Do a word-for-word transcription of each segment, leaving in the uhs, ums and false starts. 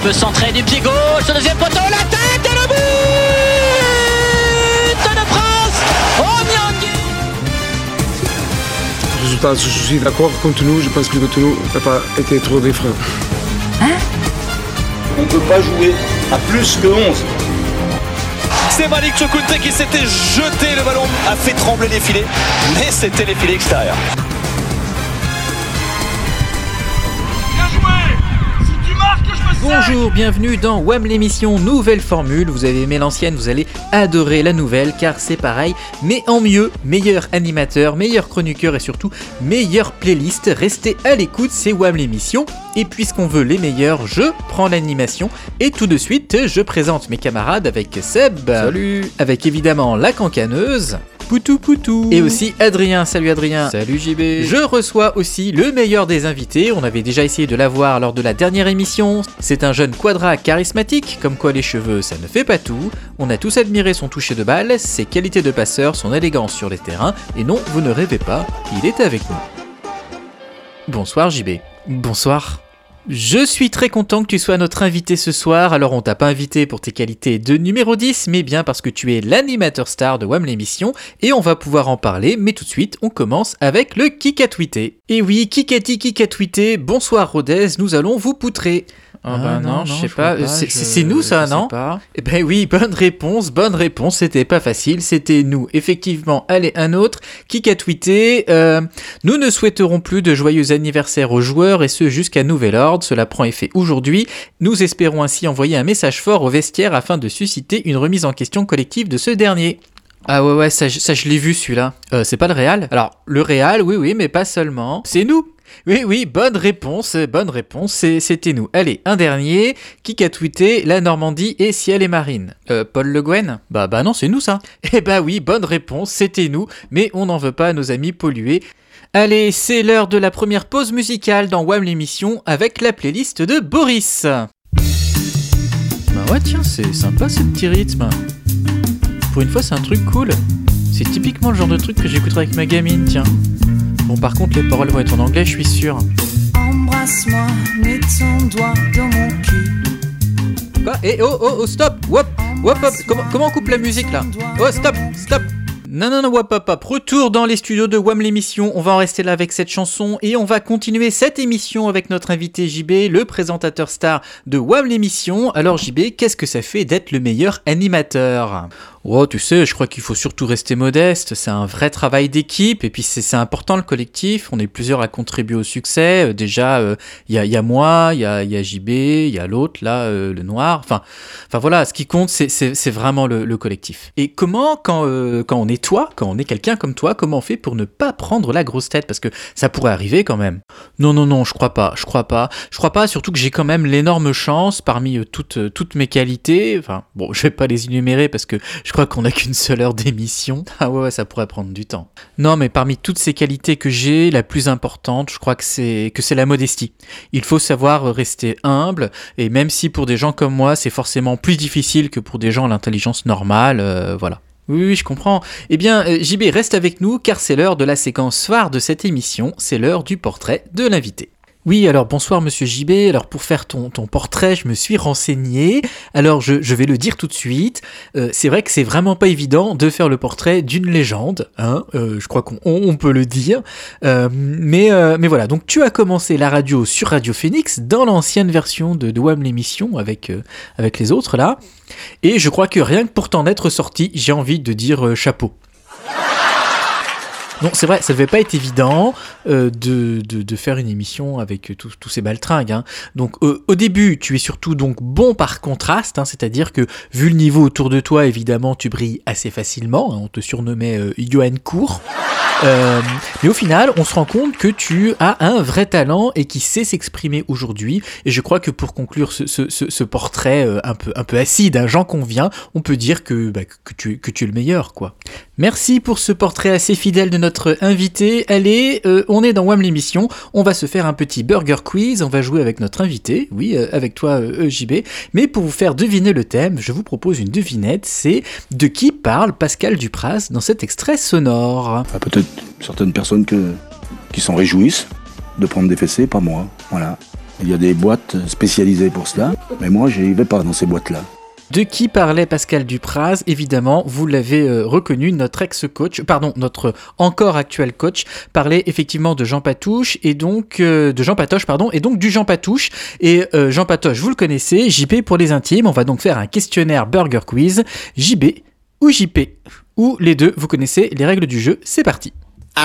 peut centrer du pied gauche, au deuxième poteau, la tête et le but de France. Oh Niangui. Résultat, je suis d'accord contre nous, je pense que contre nous n'a pas été trop des freins. Hein? On ne peut pas jouer à plus que onze. C'est Malik Choukounté qui s'était jeté, le ballon a fait trembler les filets, mais c'était les filets extérieurs. Bien joué. Si tu marques, je me sers. Bonjour, bienvenue dans W A M l'émission, nouvelle formule. Vous avez aimé l'ancienne, vous allez adorer la nouvelle car c'est pareil, mais en mieux. Meilleur animateur, meilleur chroniqueur et surtout meilleure playlist. Restez à l'écoute, c'est W A M l'émission. Et puisqu'on veut les meilleurs, je prends l'animation et tout de suite je présente mes camarades avec Seb. Salut. Avec évidemment la cancaneuse. Poutou Poutou. Et aussi Adrien. Salut Adrien. Salut J B. Je reçois aussi le meilleur des invités. On avait déjà essayé de l'avoir lors de la dernière émission. C'est un jeune quadra charismatique, comme quoi les cheveux ça ne fait pas tout. On a tous admiré son toucher de balle, ses qualités de passeur, son élégance sur les terrains. Et non, vous ne rêvez pas, il est avec nous. Bonsoir J B. Bonsoir. Je suis très content que tu sois notre invité ce soir. Alors on t'a pas invité pour tes qualités de numéro dix, mais bien parce que tu es l'animateur star de W A M l'émission et on va pouvoir en parler. Mais tout de suite, on commence avec le Qui a tweeté. Et oui, qui a dit qui a tweeté. Bonsoir Rodez, nous allons vous poutrer. Ah bah non, non, je je sais pas, pas, c'est, je- c'est nous ça, je non sais pas. Eh ben oui, bonne réponse, bonne réponse, c'était pas facile, c'était nous. Effectivement, allez, un autre, qui a tweeté, euh, nous ne souhaiterons plus de joyeux anniversaires aux joueurs et ce jusqu'à nouvel ordre, cela prend effet aujourd'hui. Nous espérons ainsi envoyer un message fort au vestiaire afin de susciter une remise en question collective de ce dernier. Ah ouais ouais, ça, je- ça je l'ai vu celui-là. Euh, c'est pas le Real ? Alors, le Real, oui oui, mais pas seulement. C'est nous. Oui oui, bonne réponse, bonne réponse, c'est, c'était nous. Allez, un dernier, qui a tweeté la Normandie et ciel et marine. Euh, Paul Le Guen ? Bah bah non, c'est nous ça. Eh bah oui, bonne réponse, c'était nous, mais on n'en veut pas à nos amis pollués. Allez, c'est l'heure de la première pause musicale dans W A M l'émission avec la playlist de Boris. Bah ouais tiens, c'est sympa ce petit rythme. Pour une fois, c'est un truc cool. C'est typiquement le genre de truc que j'écouterais avec ma gamine, tiens. Bon, par contre, les paroles vont être en anglais, je suis sûr. Embrasse-moi, mets ton doigt dans mon cul. Quoi ? Eh, oh, oh, oh, stop ! Wop, wop, hop. Comment, comment on coupe la musique, là ? Oh, stop, stop. Non, non, non, wop, hop, hop. Retour dans les studios de W A M l'émission. On va en rester là avec cette chanson et on va continuer cette émission avec notre invité J B, le présentateur star de W A M l'émission. Alors, J B, qu'est-ce que ça fait d'être le meilleur animateur ? Oh, tu sais, je crois qu'il faut surtout rester modeste, c'est un vrai travail d'équipe, et puis c'est, c'est important le collectif, on est plusieurs à contribuer au succès, euh, déjà, il euh, y, a, y a moi, il y a, y a J B, il y a l'autre, là, euh, le noir, enfin, enfin voilà, ce qui compte, c'est, c'est, c'est vraiment le, le collectif. Et comment, quand, euh, quand on est toi, quand on est quelqu'un comme toi, comment on fait pour ne pas prendre la grosse tête, parce que ça pourrait arriver quand même. Non, non, non, je crois pas, je crois pas, je crois pas, surtout que j'ai quand même l'énorme chance, parmi euh, toutes, euh, toutes mes qualités, enfin, bon, je vais pas les énumérer, parce que je Je crois qu'on n'a qu'une seule heure d'émission. Ah ouais, ouais, ça pourrait prendre du temps. Non, mais parmi toutes ces qualités que j'ai, la plus importante, je crois que c'est, que c'est la modestie. Il faut savoir rester humble, et même si pour des gens comme moi, c'est forcément plus difficile que pour des gens à l'intelligence normale, euh, voilà. Oui, oui, je comprends. Eh bien, euh, J B, reste avec nous, car c'est l'heure de la séquence phare de cette émission, c'est l'heure du portrait de l'invité. Oui, alors bonsoir Monsieur J B, alors pour faire ton, ton portrait, je me suis renseigné, alors je, je vais le dire tout de suite, euh, c'est vrai que c'est vraiment pas évident de faire le portrait d'une légende, hein, euh, je crois qu'on on peut le dire, euh, mais, euh, mais voilà, donc tu as commencé la radio sur Radio Phoenix, dans l'ancienne version de, de W A M l'émission, avec, euh, avec les autres là, et je crois que rien que pour t'en être sorti, j'ai envie de dire euh, chapeau. Non, c'est vrai, ça devait pas être évident euh, de, de, de faire une émission avec tous tous ces baltringues. Hein. Donc, euh, au début, tu es surtout donc bon par contraste, hein, c'est-à-dire que vu le niveau autour de toi, évidemment, tu brilles assez facilement. Hein, on te surnommait euh, Johan Cour. Euh, mais au final, on se rend compte que tu as un vrai talent et qui sait s'exprimer aujourd'hui. Et je crois que pour conclure ce, ce, ce, ce portrait euh, un peu, un peu acide, hein, j'en conviens, on peut dire que, bah, que, tu, que tu es le meilleur, quoi. Merci pour ce portrait assez fidèle de notre invité. Allez, euh, on est dans W A M l'émission, on va se faire un petit burger quiz, on va jouer avec notre invité, oui, euh, avec toi euh, J B. Mais pour vous faire deviner le thème, je vous propose une devinette, c'est de qui parle Pascal Dupraz dans cet extrait sonore. Enfin, peut-être certaines personnes que, qui s'en réjouissent de prendre des fessées, pas moi. Voilà. Il y a des boîtes spécialisées pour cela, mais moi, je n'y vais pas dans ces boîtes-là. De qui parlait Pascal Dupraz? Évidemment, vous l'avez euh, reconnu, notre ex-coach, pardon, notre encore actuel coach, parlait effectivement de Jean Patouche et donc euh, de Jean Patoche, pardon, et donc du Jean Patouche. Et euh, Jean Patoche, vous le connaissez, J P pour les intimes. On va donc faire un questionnaire Burger Quiz. J B ou J P, ou les deux. Vous connaissez les règles du jeu. C'est parti.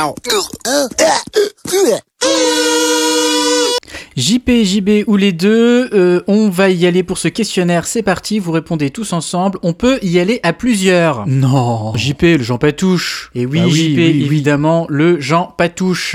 J P, J B ou les deux, euh, on va y aller pour ce questionnaire, c'est parti, vous répondez tous ensemble, on peut y aller à plusieurs. Non, J P, le Jean Patouche. Et oui, bah oui J P, oui, évidemment, oui. Le Jean Patouche.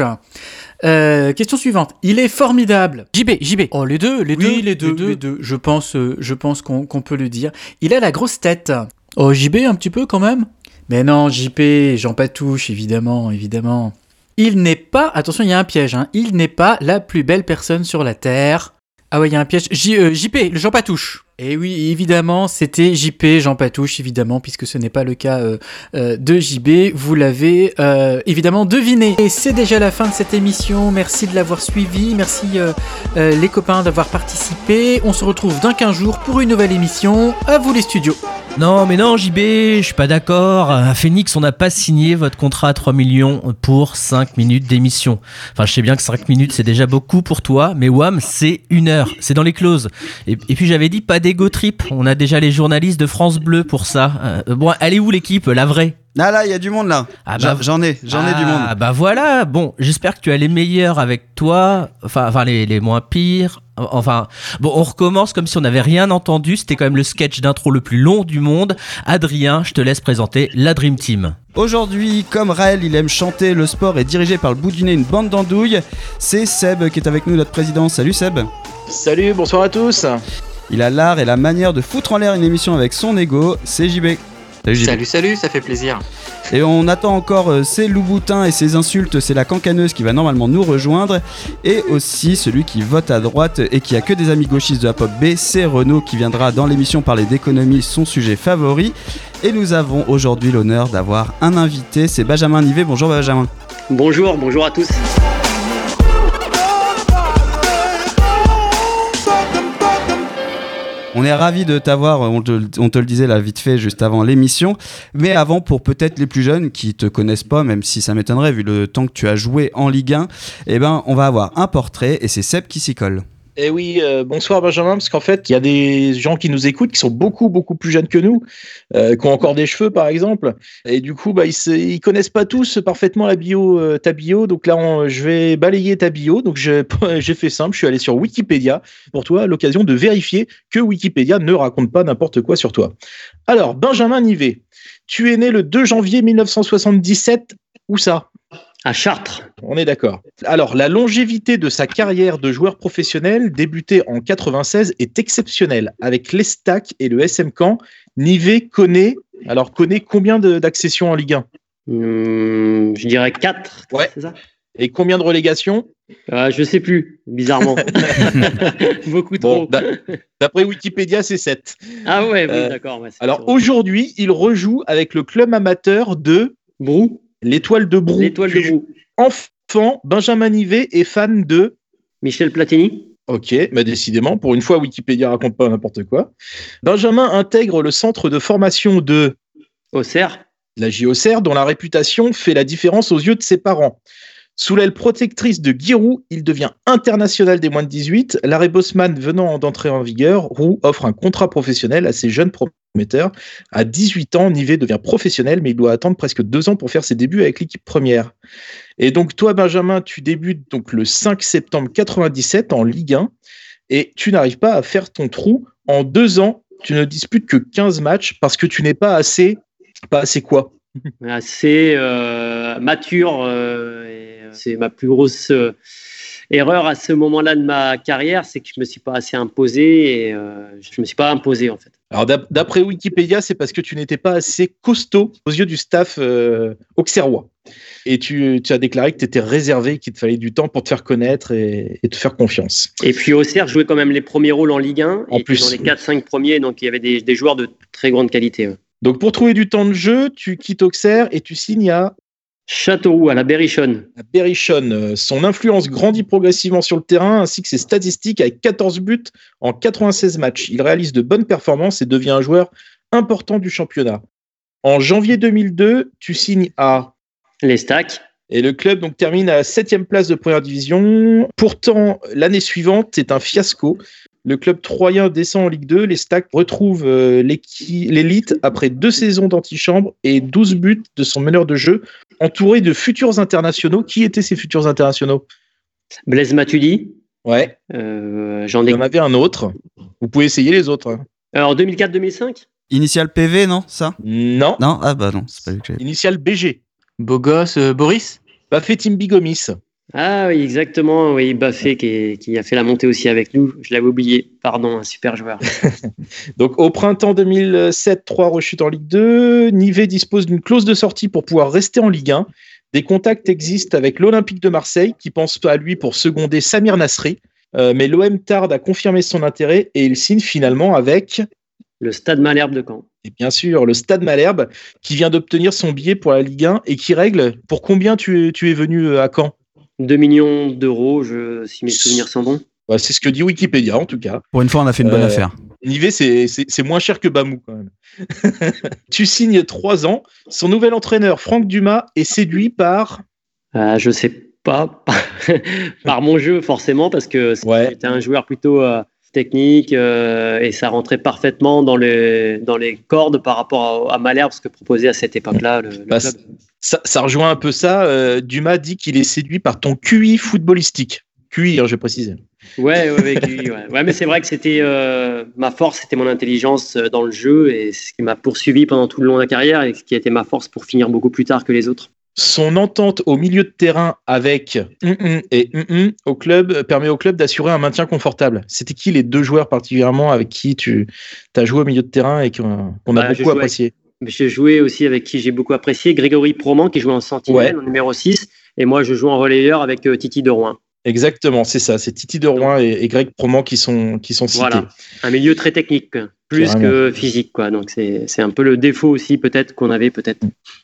Euh, question suivante, il est formidable. J B, J B. Oh, les deux, les oui, deux, les deux, les deux, les deux. Je pense, euh, je pense qu'on, qu'on peut le dire. Il a la grosse tête. Oh, J B, un petit peu quand même. Mais non, J P, Jean Patouche, évidemment, évidemment. Il n'est pas, attention, il y a un piège, hein. Il n'est pas la plus belle personne sur la Terre. Ah ouais, il y a un piège. J, euh, J P, le Jean Patouche. Et oui, évidemment, c'était J P, Jean Patouche, évidemment, puisque ce n'est pas le cas euh, euh, de J B. Vous l'avez euh, évidemment deviné. Et c'est déjà la fin de cette émission. Merci de l'avoir suivi. Merci euh, euh, les copains d'avoir participé. On se retrouve dans quinze jours pour une nouvelle émission. À vous les studios. Non, mais non, J B, je suis pas d'accord. À Phoenix, on n'a pas signé votre contrat à trois millions pour cinq minutes d'émission. Enfin, je sais bien que cinq minutes, c'est déjà beaucoup pour toi, mais W A M, c'est une heure. C'est dans les clauses. Et, et puis, j'avais dit pas d'ego trip. On a déjà les journalistes de France Bleu pour ça. Euh, bon, elle est où l'équipe, la vraie ? Ah là, il y a du monde là. Ah bah, j'en ai, j'en ah, ai du monde. Ah bah voilà. Bon, j'espère que tu as les meilleurs avec toi. Enfin, enfin les, les moins pires. Enfin, bon, on recommence comme si on n'avait rien entendu. C'était quand même le sketch d'intro le plus long du monde. Adrien, je te laisse présenter la Dream Team. Aujourd'hui, comme Raël, il aime chanter, le sport est dirigé par le bout du nez une bande d'andouilles. C'est Seb qui est avec nous, notre président. Salut Seb. Salut, bonsoir à tous. Il a l'art et la manière de foutre en l'air une émission avec son ego. C'est J B. Salut, salut, salut, ça fait plaisir. Et on attend encore euh, ses loups-boutins et ses insultes, c'est la cancaneuse qui va normalement nous rejoindre. Et aussi celui qui vote à droite et qui a que des amis gauchistes de la pop B, c'est Renaud qui viendra dans l'émission parler d'économie, son sujet favori. Et nous avons aujourd'hui l'honneur d'avoir un invité, c'est Benjamin Nivet. Bonjour Benjamin. Bonjour, bonjour à tous. On est ravis de t'avoir, on te, on te le disait là vite fait juste avant l'émission, mais avant pour peut-être les plus jeunes qui te connaissent pas, même si ça m'étonnerait vu le temps que tu as joué en Ligue un, eh ben on va avoir un portrait et c'est Seb qui s'y colle. Eh oui, euh, bonsoir Benjamin, parce qu'en fait, il y a des gens qui nous écoutent qui sont beaucoup, beaucoup plus jeunes que nous, euh, qui ont encore des cheveux par exemple, et du coup, bah, ils, se, ils connaissent pas tous parfaitement la bio, euh, ta bio, donc là, on, je vais balayer ta bio, donc j'ai, j'ai fait simple, je suis allé sur Wikipédia, pour toi, à l'occasion de vérifier que Wikipédia ne raconte pas n'importe quoi sur toi. Alors, Benjamin Nivet, tu es né le deux janvier mille neuf cent soixante-dix-sept, où ça ? À Chartres. On est d'accord. Alors, la longévité de sa carrière de joueur professionnel, débutée en quatre-vingt-seize, est exceptionnelle. Avec l'Estac et le S M Caen, Nivet connaît, alors connaît combien de, d'accessions en Ligue un ? Hum, je dirais quatre. Ouais. C'est ça ? Et combien de relégations ? euh, Je sais plus, bizarrement. Beaucoup trop. Bon, d'après Wikipédia, c'est sept. Ah ouais, oui, euh, d'accord. Ouais, alors, trop. Aujourd'hui, il rejoue avec le club amateur de... Brou. L'Étoile de Brou. L'Étoile de Brou. Enfant, Benjamin Nivet est fan de... Michel Platini. Ok, bah décidément, pour une fois, Wikipédia raconte pas n'importe quoi. Benjamin intègre le centre de formation de... Auxerre. La J Auxerre, dont la réputation fait la différence aux yeux de ses parents. Sous l'aile protectrice de Guy Roux, il devient international des moins de dix-huit. L'arrêt Bosman venant d'entrer en vigueur, Roux offre un contrat professionnel à ses jeunes prometteurs. À dix-huit ans, Nivet devient professionnel, mais il doit attendre presque deux ans pour faire ses débuts avec l'équipe première. Et donc toi, Benjamin, tu débutes donc le cinq septembre quatre-vingt-dix-sept en Ligue un et tu n'arrives pas à faire ton trou. En deux ans, tu ne disputes que quinze matchs parce que tu n'es pas assez... Pas assez quoi ? Assez euh, mature. Euh, et c'est ma plus grosse euh, erreur à ce moment-là de ma carrière, c'est que je me suis pas assez imposé et euh, je me suis pas imposé en fait. Alors d'après Wikipédia, c'est parce que tu n'étais pas assez costaud aux yeux du staff euh, auxerrois. Et tu, tu as déclaré que tu étais réservé, qu'il te fallait du temps pour te faire connaître et, et te faire confiance. Et puis Auxerre jouait quand même les premiers rôles en Ligue un. En et plus, dans les quatre cinq premiers, donc il y avait des, des joueurs de très grande qualité. Ouais. Donc pour trouver du temps de jeu, tu quittes Auxerre et tu signes à Châteauroux à la Berrichonne. À Berrichonne, son influence grandit progressivement sur le terrain ainsi que ses statistiques avec quatorze buts en quatre-vingt-seize matchs. Il réalise de bonnes performances et devient un joueur important du championnat. En janvier deux mille deux, tu signes à les Stacks. Et le club donc termine à la septième place de première division. Pourtant, l'année suivante, c'est un fiasco. Le club troyen descend en Ligue deux. Les Stacks retrouvent euh, l'élite après deux saisons d'antichambre et douze buts de son meneur de jeu, entouré de futurs internationaux. Qui étaient ces futurs internationaux ? Blaise Matuidi. Ouais. Euh, j'en ai... Il y en avait un autre. Vous pouvez essayer les autres. Hein. Alors, deux mille quatre deux mille cinq ? Initial P V, non ça ? Non. Non, ah bah non, c'est pas lui que j'ai. Initial B G. Beau gosse, euh, Boris ? Bafetim Bigomis. Ah oui, exactement, oui, Baffé qui, qui a fait la montée aussi avec nous. Je l'avais oublié, pardon, un super joueur. Donc au printemps deux mille sept, trois rechutes en Ligue deux. Nivey dispose d'une clause de sortie pour pouvoir rester en Ligue un. Des contacts existent avec l'Olympique de Marseille qui pense à lui pour seconder Samir Nasri. Euh, mais l'O M tarde à confirmer son intérêt et il signe finalement avec... le Stade Malherbe de Caen. Et bien sûr, le Stade Malherbe qui vient d'obtenir son billet pour la Ligue un et qui règle pour combien tu es, tu es venu à Caen ? deux millions d'euros, je, si mes souvenirs sont bons. Ouais, c'est ce que dit Wikipédia, en tout cas. Pour une fois, on a fait une bonne euh, affaire. Nivey, c'est, c'est, c'est moins cher que Bamou, quand même. Tu signes trois ans. Son nouvel entraîneur, Franck Dumas, est séduit par... Euh, je sais pas. Par mon jeu, forcément, parce que ouais. C'était un joueur plutôt euh, technique euh, et ça rentrait parfaitement dans les, dans les cordes par rapport à, à Malherbe, ce que proposait à cette époque-là le, le bah, club. Ça, ça rejoint un peu ça. Euh, Dumas dit qu'il est séduit par ton Q I footballistique. Q I, hein, je vais préciser. Ouais, ouais, ouais, Q I, ouais. ouais, mais c'est vrai que c'était euh, ma force, c'était mon intelligence dans le jeu et ce qui m'a poursuivi pendant tout le long de la carrière et ce qui a été ma force pour finir beaucoup plus tard que les autres. Son entente au milieu de terrain avec mm-mm et mm-mm au club permet au club d'assurer un maintien confortable. C'était qui les deux joueurs particulièrement avec qui tu as joué au milieu de terrain et qu'on, qu'on a bah, beaucoup apprécié? J'ai joué aussi avec qui j'ai beaucoup apprécié, Grégory Proman qui jouait en sentinelle, ouais. en numéro six, et moi je joue en relayeur avec euh, Titi de Rouen. Exactement, c'est ça, c'est Titi de Rouen et, et Greg Proman qui sont, qui sont cités. Voilà, un milieu très technique, plus Carrément. que physique, quoi. Donc c'est, c'est un peu le défaut aussi peut-être qu'on avait peut-être.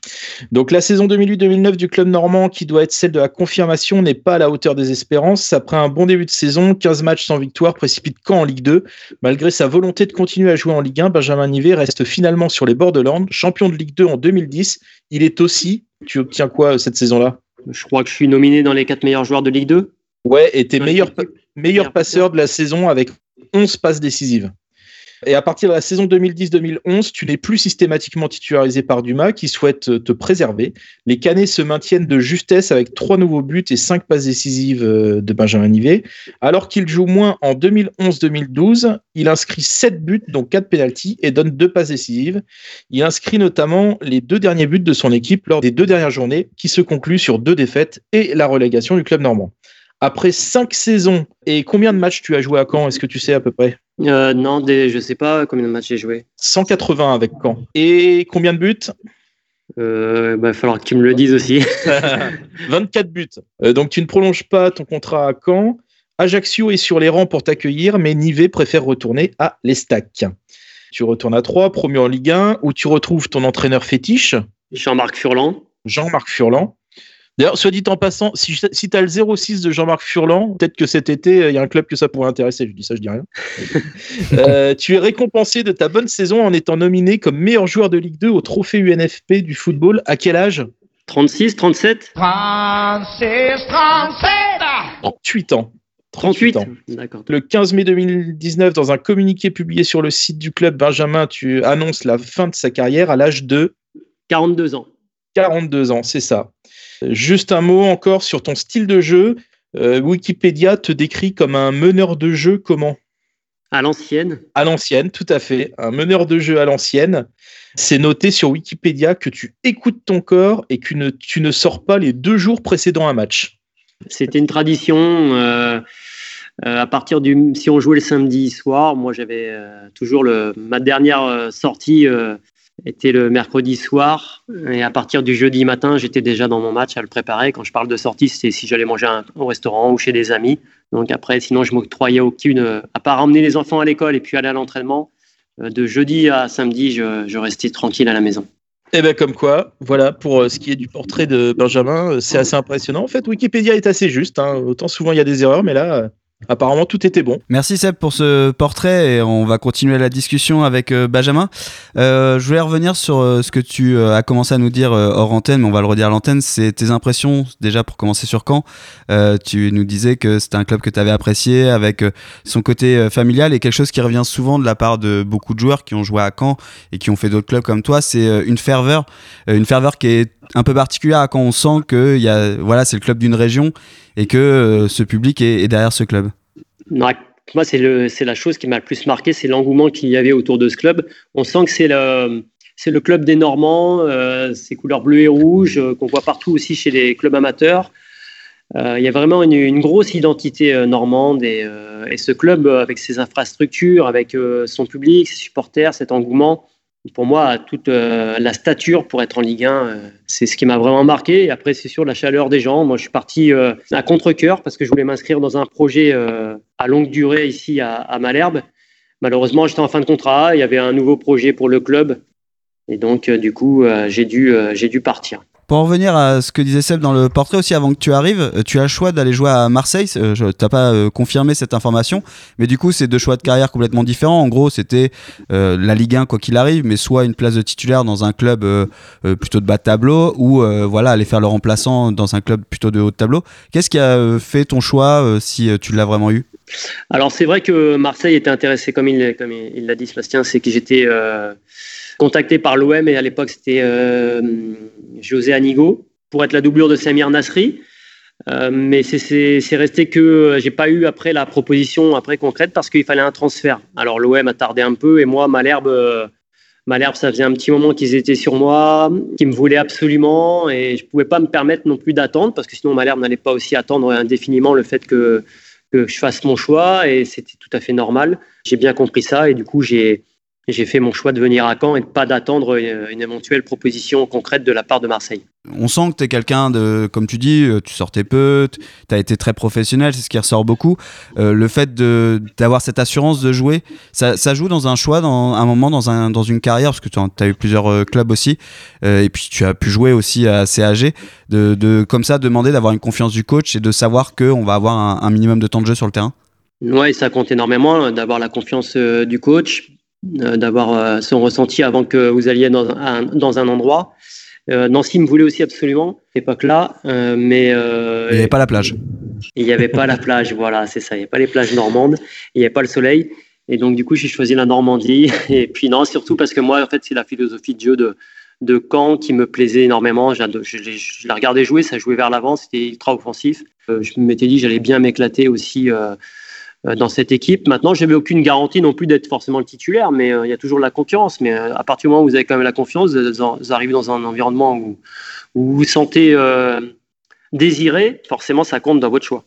Donc la saison deux mille huit deux mille neuf du club normand, qui doit être celle de la confirmation, n'est pas à la hauteur des espérances. Après un bon début de saison, quinze matchs sans victoire, précipite Caen en Ligue deux. Malgré sa volonté de continuer à jouer en Ligue un, Benjamin Nivey reste finalement sur les borderlands, champion de Ligue deux en deux mille dix. Il est aussi, tu obtiens quoi cette saison-là ? Je crois que je suis nominé dans les quatre meilleurs joueurs de Ligue deux. Ouais, et t'es meilleur, meilleur passeur de la saison avec onze passes décisives. Et à partir de la saison deux mille dix deux mille onze, tu n'es plus systématiquement titularisé par Dumas qui souhaite te préserver. Les Canets se maintiennent de justesse avec trois nouveaux buts et cinq passes décisives de Benjamin Nivey. Alors qu'il joue moins en deux mille onze deux mille douze, il inscrit sept buts, dont quatre pénaltys, et donne deux passes décisives. Il inscrit notamment les deux derniers buts de son équipe lors des deux dernières journées, qui se concluent sur deux défaites et la relégation du club normand. Après cinq saisons, et combien de matchs tu as joué à Caen ? Est-ce que tu sais à peu près ? euh, Non, des, je ne sais pas combien de matchs j'ai joué. cent quatre-vingts avec Caen. Et combien de buts ? euh, bah, il va falloir que tu me le dises aussi. vingt-quatre buts. Euh, donc tu ne prolonges pas ton contrat à Caen. Ajaccio est sur les rangs pour t'accueillir, mais Nivey préfère retourner à l'Estac. Tu retournes à Troyes, promu en Ligue un, où tu retrouves ton entraîneur fétiche. Jean-Marc Furlan. Jean-Marc Furlan. D'ailleurs, soit dit en passant, si, si tu as le zéro six de Jean-Marc Furlan, peut-être que cet été, il y a un club que ça pourrait intéresser. Je dis ça, je dis rien. euh, tu es récompensé de ta bonne saison en étant nominé comme meilleur joueur de Ligue deux au trophée U N F P du football. À quel âge ? trente-six, trente-sept trente-six, trente-sept trente-huit ans. trente-huit ans. D'accord. Le quinze mai deux mille dix-neuf, dans un communiqué publié sur le site du club, Benjamin, tu annonces la fin de sa carrière à l'âge de quarante-deux ans. quarante-deux ans, c'est ça. Juste un mot encore sur ton style de jeu. Euh, Wikipédia te décrit comme un meneur de jeu comment ? À l'ancienne. À l'ancienne, tout à fait. Un meneur de jeu à l'ancienne. C'est noté sur Wikipédia que tu écoutes ton corps et que ne, tu ne sors pas les deux jours précédant un match. C'était une tradition. Euh, euh, à partir du, si on jouait le samedi soir, moi j'avais euh, toujours le, ma dernière euh, sortie. Euh, était le mercredi soir et à partir du jeudi matin, j'étais déjà dans mon match à le préparer. Quand je parle de sortie, c'est si j'allais manger un, au restaurant ou chez des amis. Donc après, sinon, je m'octroyais aucune, à part emmener les enfants à l'école et puis aller à l'entraînement. De jeudi à samedi, je, je restais tranquille à la maison. Et bien comme quoi, voilà, pour euh, ce qui est du portrait de Benjamin, euh, c'est assez impressionnant. En fait, Wikipédia est assez juste, hein. Autant souvent il y a des erreurs, mais là, euh, apparemment tout était bon. Merci Seb pour ce portrait et on va continuer la discussion avec euh, Benjamin. Euh, je voulais revenir sur euh, ce que tu euh, as commencé à nous dire euh, hors antenne, mais on va le redire à l'antenne, c'est tes impressions déjà pour commencer sur Caen. Euh, tu nous disais que c'était un club que tu avais apprécié avec euh, son côté euh, familial et quelque chose qui revient souvent de la part de beaucoup de joueurs qui ont joué à Caen et qui ont fait d'autres clubs comme toi, c'est euh, une ferveur, euh, une ferveur qui est un peu particulière à Caen. On sent que y a, voilà, c'est le club d'une région et que euh, ce public est, est derrière ce club. Non, moi, c'est, le, c'est la chose qui m'a le plus marqué, c'est l'engouement qu'il y avait autour de ce club. On sent que c'est le, c'est le club des Normands, euh, ces couleurs bleues et rouges euh, qu'on voit partout aussi chez les clubs amateurs. Euh, il y a vraiment une, une grosse identité euh, normande et, euh, et ce club, euh, avec ses infrastructures, avec euh, son public, ses supporters, cet engouement, pour moi, a toute euh, la stature pour être en Ligue un. Euh, c'est ce qui m'a vraiment marqué. Et après, c'est sûr, la chaleur des gens. Moi, je suis parti euh, à contre-cœur parce que je voulais m'inscrire dans un projet euh, à longue durée ici à, à Malherbe. Malheureusement, j'étais en fin de contrat. Il y avait un nouveau projet pour le club. Et donc, euh, du coup, euh, j'ai dû, euh, j'ai dû partir. Pour en revenir à ce que disait Seb dans le portrait aussi, avant que tu arrives, tu as le choix d'aller jouer à Marseille. Euh, tu n'as pas euh, confirmé cette information, mais du coup, c'est deux choix de carrière complètement différents. En gros, c'était euh, la Ligue un, quoi qu'il arrive, mais soit une place de titulaire dans un club euh, euh, plutôt de bas de tableau, ou euh, voilà, aller faire le remplaçant dans un club plutôt de haut de tableau. Qu'est-ce qui a euh, fait ton choix, euh, si euh, tu l'as vraiment eu ? Alors, c'est vrai que Marseille était intéressé, comme il, comme il l'a dit, Sébastien, c'est que j'étais euh, contacté par l'O M, et à l'époque, c'était euh, José Anigo, pour être la doublure de Samir Nasri. Euh, mais c'est, c'est, c'est resté que j'ai pas eu après la proposition après concrète parce qu'il fallait un transfert. Alors l'O M a tardé un peu et moi, Malherbe, euh, Malherbe, ça faisait un petit moment qu'ils étaient sur moi, qu'ils me voulaient absolument et je pouvais pas me permettre non plus d'attendre parce que sinon Malherbe n'allait pas aussi attendre indéfiniment le fait que, que je fasse mon choix et c'était tout à fait normal. J'ai bien compris ça et du coup, j'ai J'ai fait mon choix de venir à Caen et de ne pas d'attendre une éventuelle proposition concrète de la part de Marseille. On sent que tu es quelqu'un de, comme tu dis, tu sortais peu, tu as été très professionnel, c'est ce qui ressort beaucoup. Euh, le fait de, d'avoir cette assurance de jouer, ça, ça joue dans un choix, dans un moment, dans, un, dans une carrière, parce que tu as eu plusieurs clubs aussi, euh, et puis tu as pu jouer aussi assez âgé, de, de comme ça demander d'avoir une confiance du coach et de savoir qu'on va avoir un, un minimum de temps de jeu sur le terrain. Oui, ça compte énormément, d'avoir la confiance euh, du coach, euh, d'avoir euh, son ressenti avant que vous alliez dans un, dans un endroit. Euh, Nancy me voulait aussi absolument, à cette époque-là, euh, mais... Euh, il n'y avait pas la plage. Il n'y avait pas la plage, voilà, c'est ça. Il n'y avait pas les plages normandes, il n'y avait pas le soleil. Et donc, du coup, j'ai choisi la Normandie. Et puis, non, surtout parce que moi, en fait, c'est la philosophie de jeu de, de Caen qui me plaisait énormément. Je, je, je, je la regardais jouer, ça jouait vers l'avant, c'était ultra offensif. Euh, je m'étais dit que j'allais bien m'éclater aussi euh, dans cette équipe. Maintenant, je n'avais aucune garantie non plus d'être forcément le titulaire, mais euh, il y a toujours de la concurrence. Mais euh, à partir du moment où vous avez quand même la confiance, vous, vous arrivez dans un environnement où, où vous vous sentez euh, désiré, forcément, ça compte dans votre choix.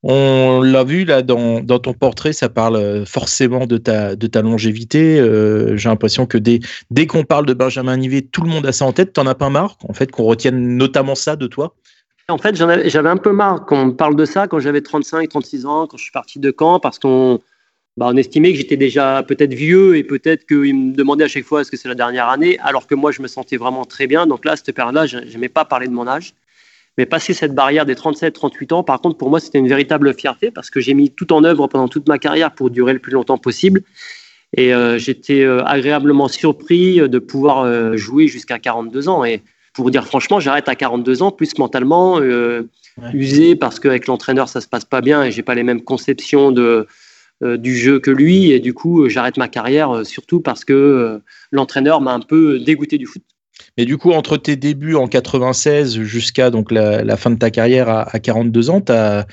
On l'a vu là dans, dans ton portrait, ça parle forcément de ta, de ta longévité. Euh, j'ai l'impression que dès, dès qu'on parle de Benjamin Nivet, tout le monde a ça en tête. T'en as pas marre, en fait, qu'on retienne notamment ça de toi? En fait, j'en avais, j'avais un peu marre qu'on me parle de ça quand j'avais trente-cinq, trente-six ans, quand je suis parti de Caen, parce qu'on bah, on estimait que j'étais déjà peut-être vieux et peut-être qu'ils me demandaient à chaque fois est-ce que c'est la dernière année, alors que moi, je me sentais vraiment très bien. Donc là, à cette période-là, je n'aimais pas parler de mon âge. Mais passer cette barrière des trente-sept trente-huit ans, par contre, pour moi, c'était une véritable fierté parce que j'ai mis tout en œuvre pendant toute ma carrière pour durer le plus longtemps possible. Et euh, j'étais euh, agréablement surpris de pouvoir euh, jouer jusqu'à quarante-deux ans. Et pour dire franchement, j'arrête à quarante-deux ans, plus mentalement euh, ouais. usé parce qu'avec l'entraîneur, ça ne se passe pas bien et je n'ai pas les mêmes conceptions de, euh, du jeu que lui. Et du coup, j'arrête ma carrière euh, surtout parce que euh, l'entraîneur m'a un peu dégoûté du foot. Mais du coup, entre tes débuts en quatre-vingt-seize jusqu'à donc la, la fin de ta carrière à, à quarante-deux ans, tu as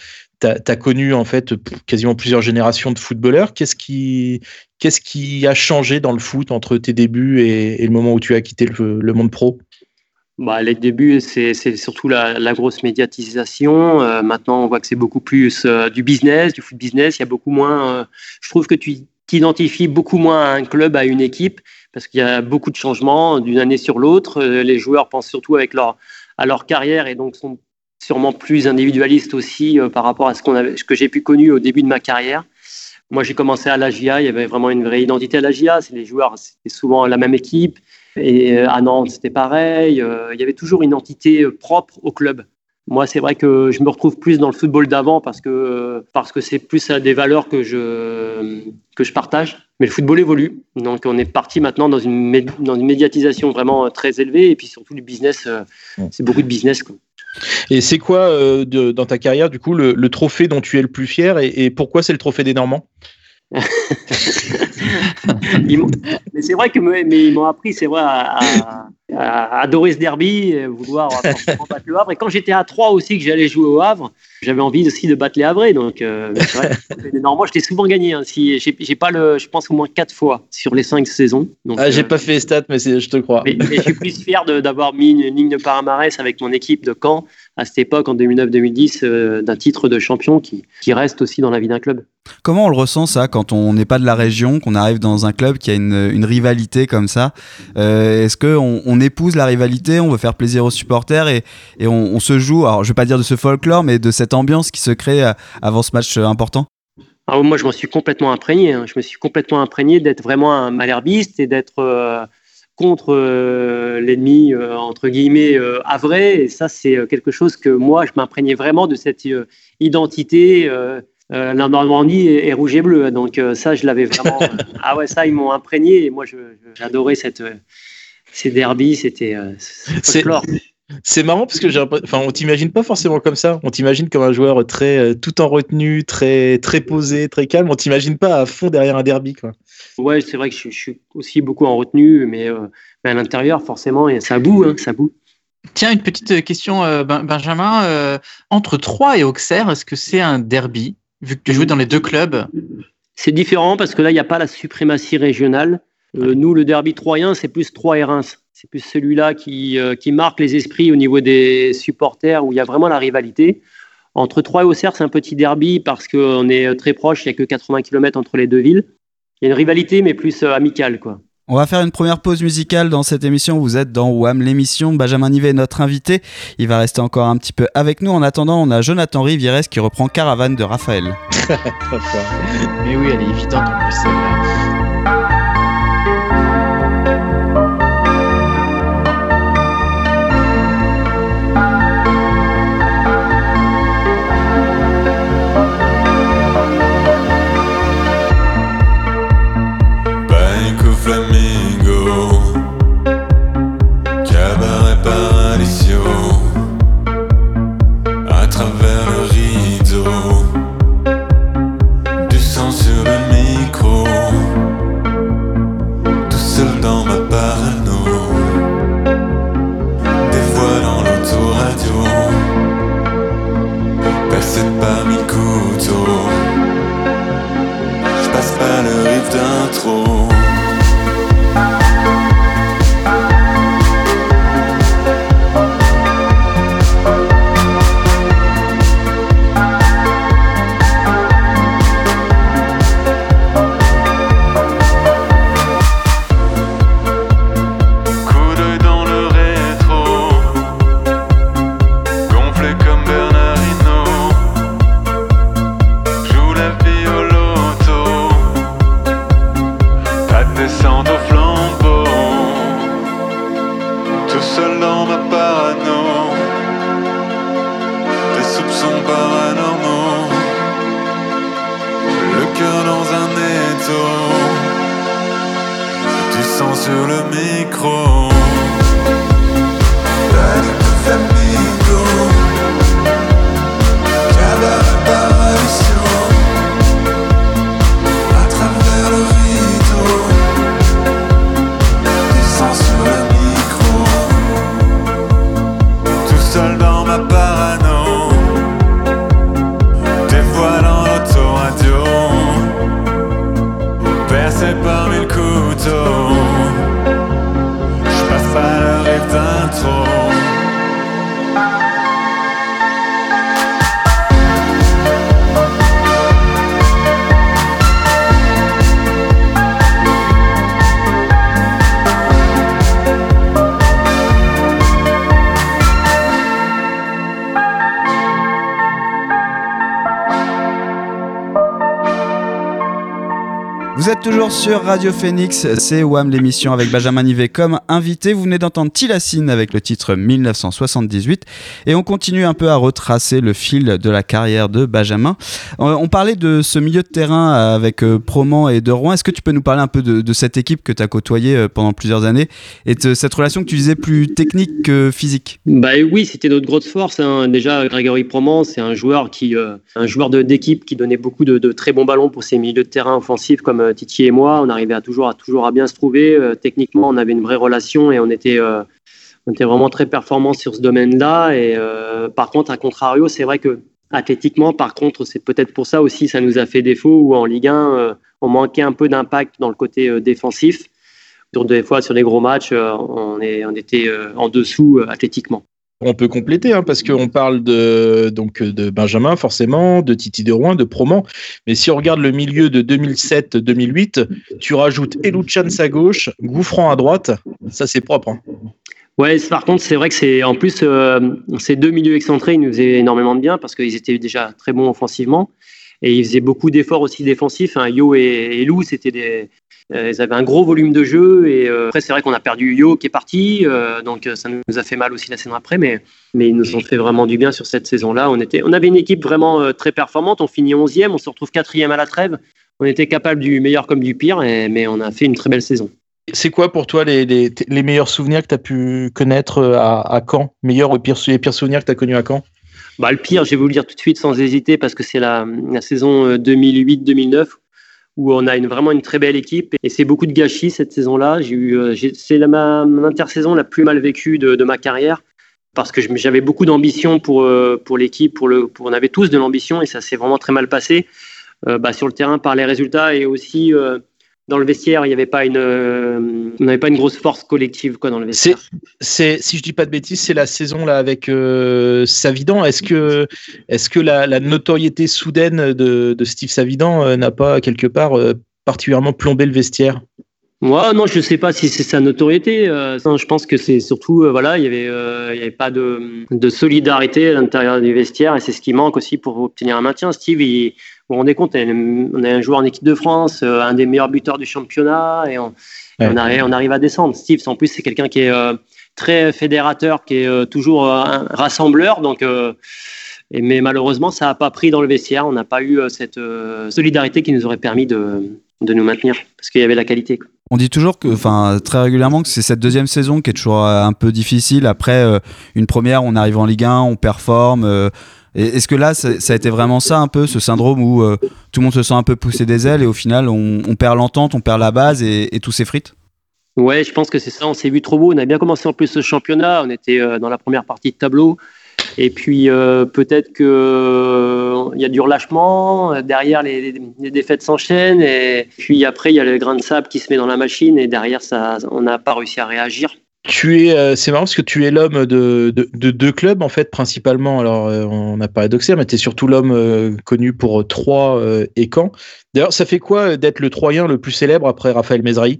connu en fait quasiment plusieurs générations de footballeurs. Qu'est-ce qui, qu'est-ce qui a changé dans le foot entre tes débuts et, et le moment où tu as quitté le, le monde pro? Bah, les débuts, c'est, c'est surtout la, la grosse médiatisation. Euh, maintenant, on voit que c'est beaucoup plus euh, du business, du foot business. Il y a beaucoup moins. Euh, je trouve que tu t'identifies beaucoup moins à un club, à une équipe, parce qu'il y a beaucoup de changements d'une année sur l'autre. Les joueurs pensent surtout avec leur, à leur carrière et donc sont sûrement plus individualistes aussi euh, par rapport à ce, qu'on avait, ce que j'ai pu connu au début de ma carrière. Moi, j'ai commencé à l'A J A, il y avait vraiment une vraie identité à l'A J A. C'est les joueurs, c'était souvent la même équipe. Et à Nantes, c'était pareil. Il y avait toujours une entité propre au club. Moi, c'est vrai que je me retrouve plus dans le football d'avant parce que, parce que c'est plus des valeurs que je, que je partage. Mais le football évolue. Donc, on est parti maintenant dans une, dans une médiatisation vraiment très élevée. Et puis surtout, du business, c'est beaucoup de business, quoi. Et c'est quoi, euh, de, dans ta carrière, du coup, le, le trophée dont tu es le plus fier et, et pourquoi c'est le trophée des Normands? Mais c'est vrai que mais ils m'ont appris, c'est vrai, à, à, à adorer ce derby, à vouloir forcément battre le Havre. Et quand j'étais à Troyes aussi, que j'allais jouer au Havre, j'avais envie aussi de battre les Havrais. Donc, euh, c'est vrai, les Normands, je t'ai souvent gagné. Hein. Si, j'ai, j'ai pas le, je pense au moins quatre fois sur les cinq saisons. Donc, ah, j'ai euh, pas fait les stats, mais c'est, je te crois. Mais, mais je suis plus fier de, d'avoir mis une ligne de palmarès avec mon équipe de Caen à cette époque, en deux mille neuf deux mille dix, euh, d'un titre de champion qui, qui reste aussi dans la vie d'un club. Comment on le ressent ça quand on n'est pas de la région, qu'on arrive dans un club qui a une, une rivalité comme ça? euh, Est-ce qu'on on épouse la rivalité, on veut faire plaisir aux supporters et, et on, on se joue, alors je vais pas dire de ce folklore, mais de cette ambiance qui se crée avant ce match important? Ah, moi je m'en suis complètement imprégné, hein. Je me suis complètement imprégné d'être vraiment un malherbiste et d'être euh, contre euh, l'ennemi euh, entre guillemets euh, havrais, et ça c'est quelque chose que moi je m'imprégnais vraiment de cette euh, identité euh, Euh, la Normandie est, est rouge et bleu, donc euh, ça je l'avais vraiment. euh, ah ouais, ça ils m'ont imprégné et moi je, je, j'adorais cette, euh, ces derbies, c'était euh, c'est, c'est marrant parce que j'ai, enfin, on t'imagine pas forcément comme ça. On t'imagine comme un joueur très euh, tout en retenue, très très posé, très calme. On t'imagine pas à fond derrière un derby, quoi. Ouais, c'est vrai que je, je suis aussi beaucoup en retenue, mais, euh, mais à l'intérieur forcément, ça boue, hein, ça boue. Tiens, une petite question, euh, Benjamin. Euh, entre Troyes et Auxerre, est-ce que c'est un derby? Vu que tu joues dans les deux clubs. C'est différent parce que là, il n'y a pas la suprématie régionale. Euh, nous, le derby troyen, c'est plus Troyes et Reims. C'est plus celui-là qui, euh, qui marque les esprits au niveau des supporters, où il y a vraiment la rivalité. Entre Troyes et Auxerre, c'est un petit derby parce qu'on est très proche, il n'y a que quatre-vingts kilomètres entre les deux villes. Il y a une rivalité, mais plus euh, amicale, quoi. On va faire une première pause musicale dans cette émission. Vous êtes dans W A M l'émission. Benjamin Nivet est notre invité. Il va rester encore un petit peu avec nous. En attendant, on a Jonathan Rivieres qui reprend Caravane de Raphaël. Mais oui, elle est évidente en plus celle-là. Flamingo, cabaret paradisio, à travers le rideau, du sang sur le micro, tout seul dans ma parano, des voix dans l'autoradio, percé par mille couteaux, j'passe pas le riff d'intro. Sur le micro, panique flamingo, cabaret paradisio, à travers le rideau, du sang sur le micro, tout seul dans ma parano, des voix dans l'autoradio, percé par mille couteaux. Vous êtes toujours sur Radio Phoenix, c'est W A M l'émission avec Benjamin Nivet comme invité. Vous venez d'entendre Tilassine avec le titre dix-neuf cent soixante-dix-huit et on continue un peu à retracer le fil de la carrière de Benjamin. On parlait de ce milieu de terrain avec Proman et De Rouen. Est-ce que tu peux nous parler un peu de, de cette équipe que tu as côtoyée pendant plusieurs années et de cette relation que tu disais plus technique que physique? Bah oui, c'était notre grosse force. Hein. Déjà, Grégory Proman, c'est un joueur, qui, euh, un joueur de, d'équipe qui donnait beaucoup de, de très bons ballons pour ses milieux de terrain offensifs comme Titi et moi, on arrivait à toujours, à toujours à bien se trouver. Euh, techniquement, on avait une vraie relation et on était, euh, on était vraiment très performants sur ce domaine-là. Et euh, par contre, à contrario, c'est vrai que athlétiquement, par contre, c'est peut-être pour ça aussi, ça nous a fait défaut. Où en Ligue un, euh, on manquait un peu d'impact dans le côté euh, défensif. Donc des fois, sur les gros matchs, euh, on, est, on était euh, en dessous euh, athlétiquement. On peut compléter, hein, parce qu'on parle de, donc, de Benjamin, forcément, de Titi de Rouen, de Proman. Mais si on regarde le milieu de deux mille sept deux mille huit, tu rajoutes Eluchans à gauche, Gouffran à droite. Ça, c'est propre. Hein. Ouais, par contre, c'est vrai que c'est en plus, euh, ces deux milieux excentrés, ils nous faisaient énormément de bien parce qu'ils étaient déjà très bons offensivement. Et ils faisaient beaucoup d'efforts aussi défensifs. Hein. Yo et, et Lou, c'était des... Euh, ils avaient un gros volume de jeu et euh, après c'est vrai qu'on a perdu Yo qui est parti, euh, donc ça nous a fait mal aussi la saison après, mais, mais ils nous ont fait vraiment du bien sur cette saison-là. On, était, on avait une équipe vraiment euh, très performante, on finit onzième, on se retrouve quatrième à la trêve, on était capable du meilleur comme du pire, et, mais on a fait une très belle saison. C'est quoi pour toi les, les, les meilleurs souvenirs que tu as pu connaître à, à Caen? Meilleurs ou pires, les pires souvenirs que tu as connus à Caen? Bah, le pire, je vais vous le dire tout de suite sans hésiter, parce que c'est la, la saison deux mille huit deux mille neuf où on a une, vraiment une très belle équipe et c'est beaucoup de gâchis cette saison-là. J'ai eu, j'ai, c'est la, ma, mon intersaison la plus mal vécue de, de ma carrière parce que je, j'avais beaucoup d'ambition pour, pour l'équipe, pour le, pour, on avait tous de l'ambition et ça s'est vraiment très mal passé euh, bah, sur le terrain par les résultats et aussi euh, dans le vestiaire, il y avait pas une, euh, on n'avait pas une grosse force collective quoi dans le vestiaire. C'est, c'est, si je dis pas de bêtises, c'est la saison là avec euh, Savidan. Est-ce que, est-ce que la, la notoriété soudaine de, de Steve Savidan euh, n'a pas quelque part euh, particulièrement plombé le vestiaire? Moi, non, je sais pas si c'est sa notoriété. Euh, non, je pense que c'est surtout, euh, voilà, il y avait, euh, il y avait pas de, de solidarité à l'intérieur du vestiaire et c'est ce qui manque aussi pour obtenir un maintien. Steve, il, vous vous rendez compte, on a un joueur en équipe de France, euh, un des meilleurs buteurs du championnat et on, ouais. et on, arrive, on arrive à descendre. Steve, en plus, c'est quelqu'un qui est euh, très fédérateur, qui est euh, toujours euh, un rassembleur, donc. Euh, et, mais malheureusement, ça n'a pas pris dans le vestiaire. On n'a pas eu euh, cette euh, solidarité qui nous aurait permis de, de nous maintenir parce qu'il y avait la qualité. Quoi. On dit toujours que, enfin, très régulièrement que c'est cette deuxième saison qui est toujours un peu difficile. Après euh, une première, on arrive en Ligue un, on performe. Euh, est-ce que là, ça, ça a été vraiment ça un peu, ce syndrome où euh, tout le monde se sent un peu poussé des ailes et au final, on, on perd l'entente, on perd la base et, et tout s'effrite? Ouais, je pense que c'est ça. On s'est vu trop beau. On a bien commencé en plus ce championnat. On était euh, dans la première partie de tableau. Et puis euh, peut-être qu'il euh, y a du relâchement, derrière les, les, les défaites s'enchaînent et puis après il y a le grain de sable qui se met dans la machine et derrière ça, on n'a pas réussi à réagir. Tu es, euh, c'est marrant parce que tu es l'homme de, de, de deux clubs en fait principalement. Alors euh, on n'a pas d'Auxerre, mais tu es surtout l'homme euh, connu pour Troyes euh, et Caen. D'ailleurs, ça fait quoi d'être le Troyen le plus célèbre après Raphaël Mesrahi?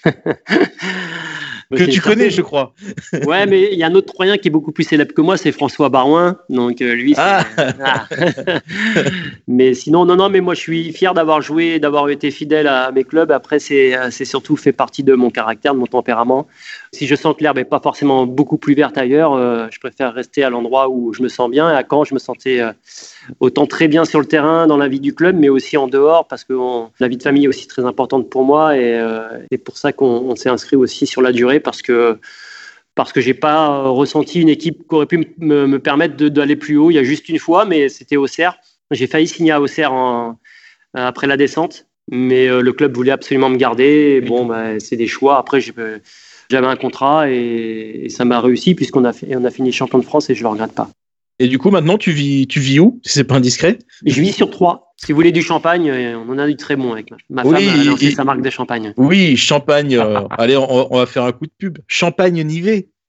Que tu connais, je crois. Ouais, mais il y a un autre Troyen qui est beaucoup plus célèbre que moi, c'est François Barouin. Donc euh, lui, c'est... Ah. Ah. Mais sinon, non, non, mais moi je suis fier d'avoir joué, d'avoir été fidèle à mes clubs. Après, c'est, c'est surtout fait partie de mon caractère, de mon tempérament. Si je sens que l'herbe n'est pas forcément beaucoup plus verte ailleurs, euh, je préfère rester à l'endroit où je me sens bien. Et à Caen, je me sentais euh, autant très bien sur le terrain, dans la vie du club, mais aussi en dehors, parce que on, la vie de famille est aussi très importante pour moi. Et euh, c'est pour ça qu'on on s'est inscrit aussi sur la durée. Parce que parce que j'ai pas ressenti une équipe qui aurait pu me, me permettre de, d'aller plus haut. Il y a juste une fois, mais c'était Auxerre. J'ai failli signer à Auxerre en, après la descente, mais euh, le club voulait absolument me garder. Et bon, bah, c'est des choix. Après, j'ai, j'avais un contrat et, et ça m'a réussi puisqu'on a, fait, on a fini champion de France et je le regrette pas. Et du coup, maintenant, tu vis, tu vis où, si c'est pas indiscret? Je vis sur Troyes. Si vous voulez du champagne, on en a du très bon avec ma femme. Oui, a lancé sa marque de champagne. Oui, champagne. Euh, allez, on, on va faire un coup de pub. Champagne Nivet.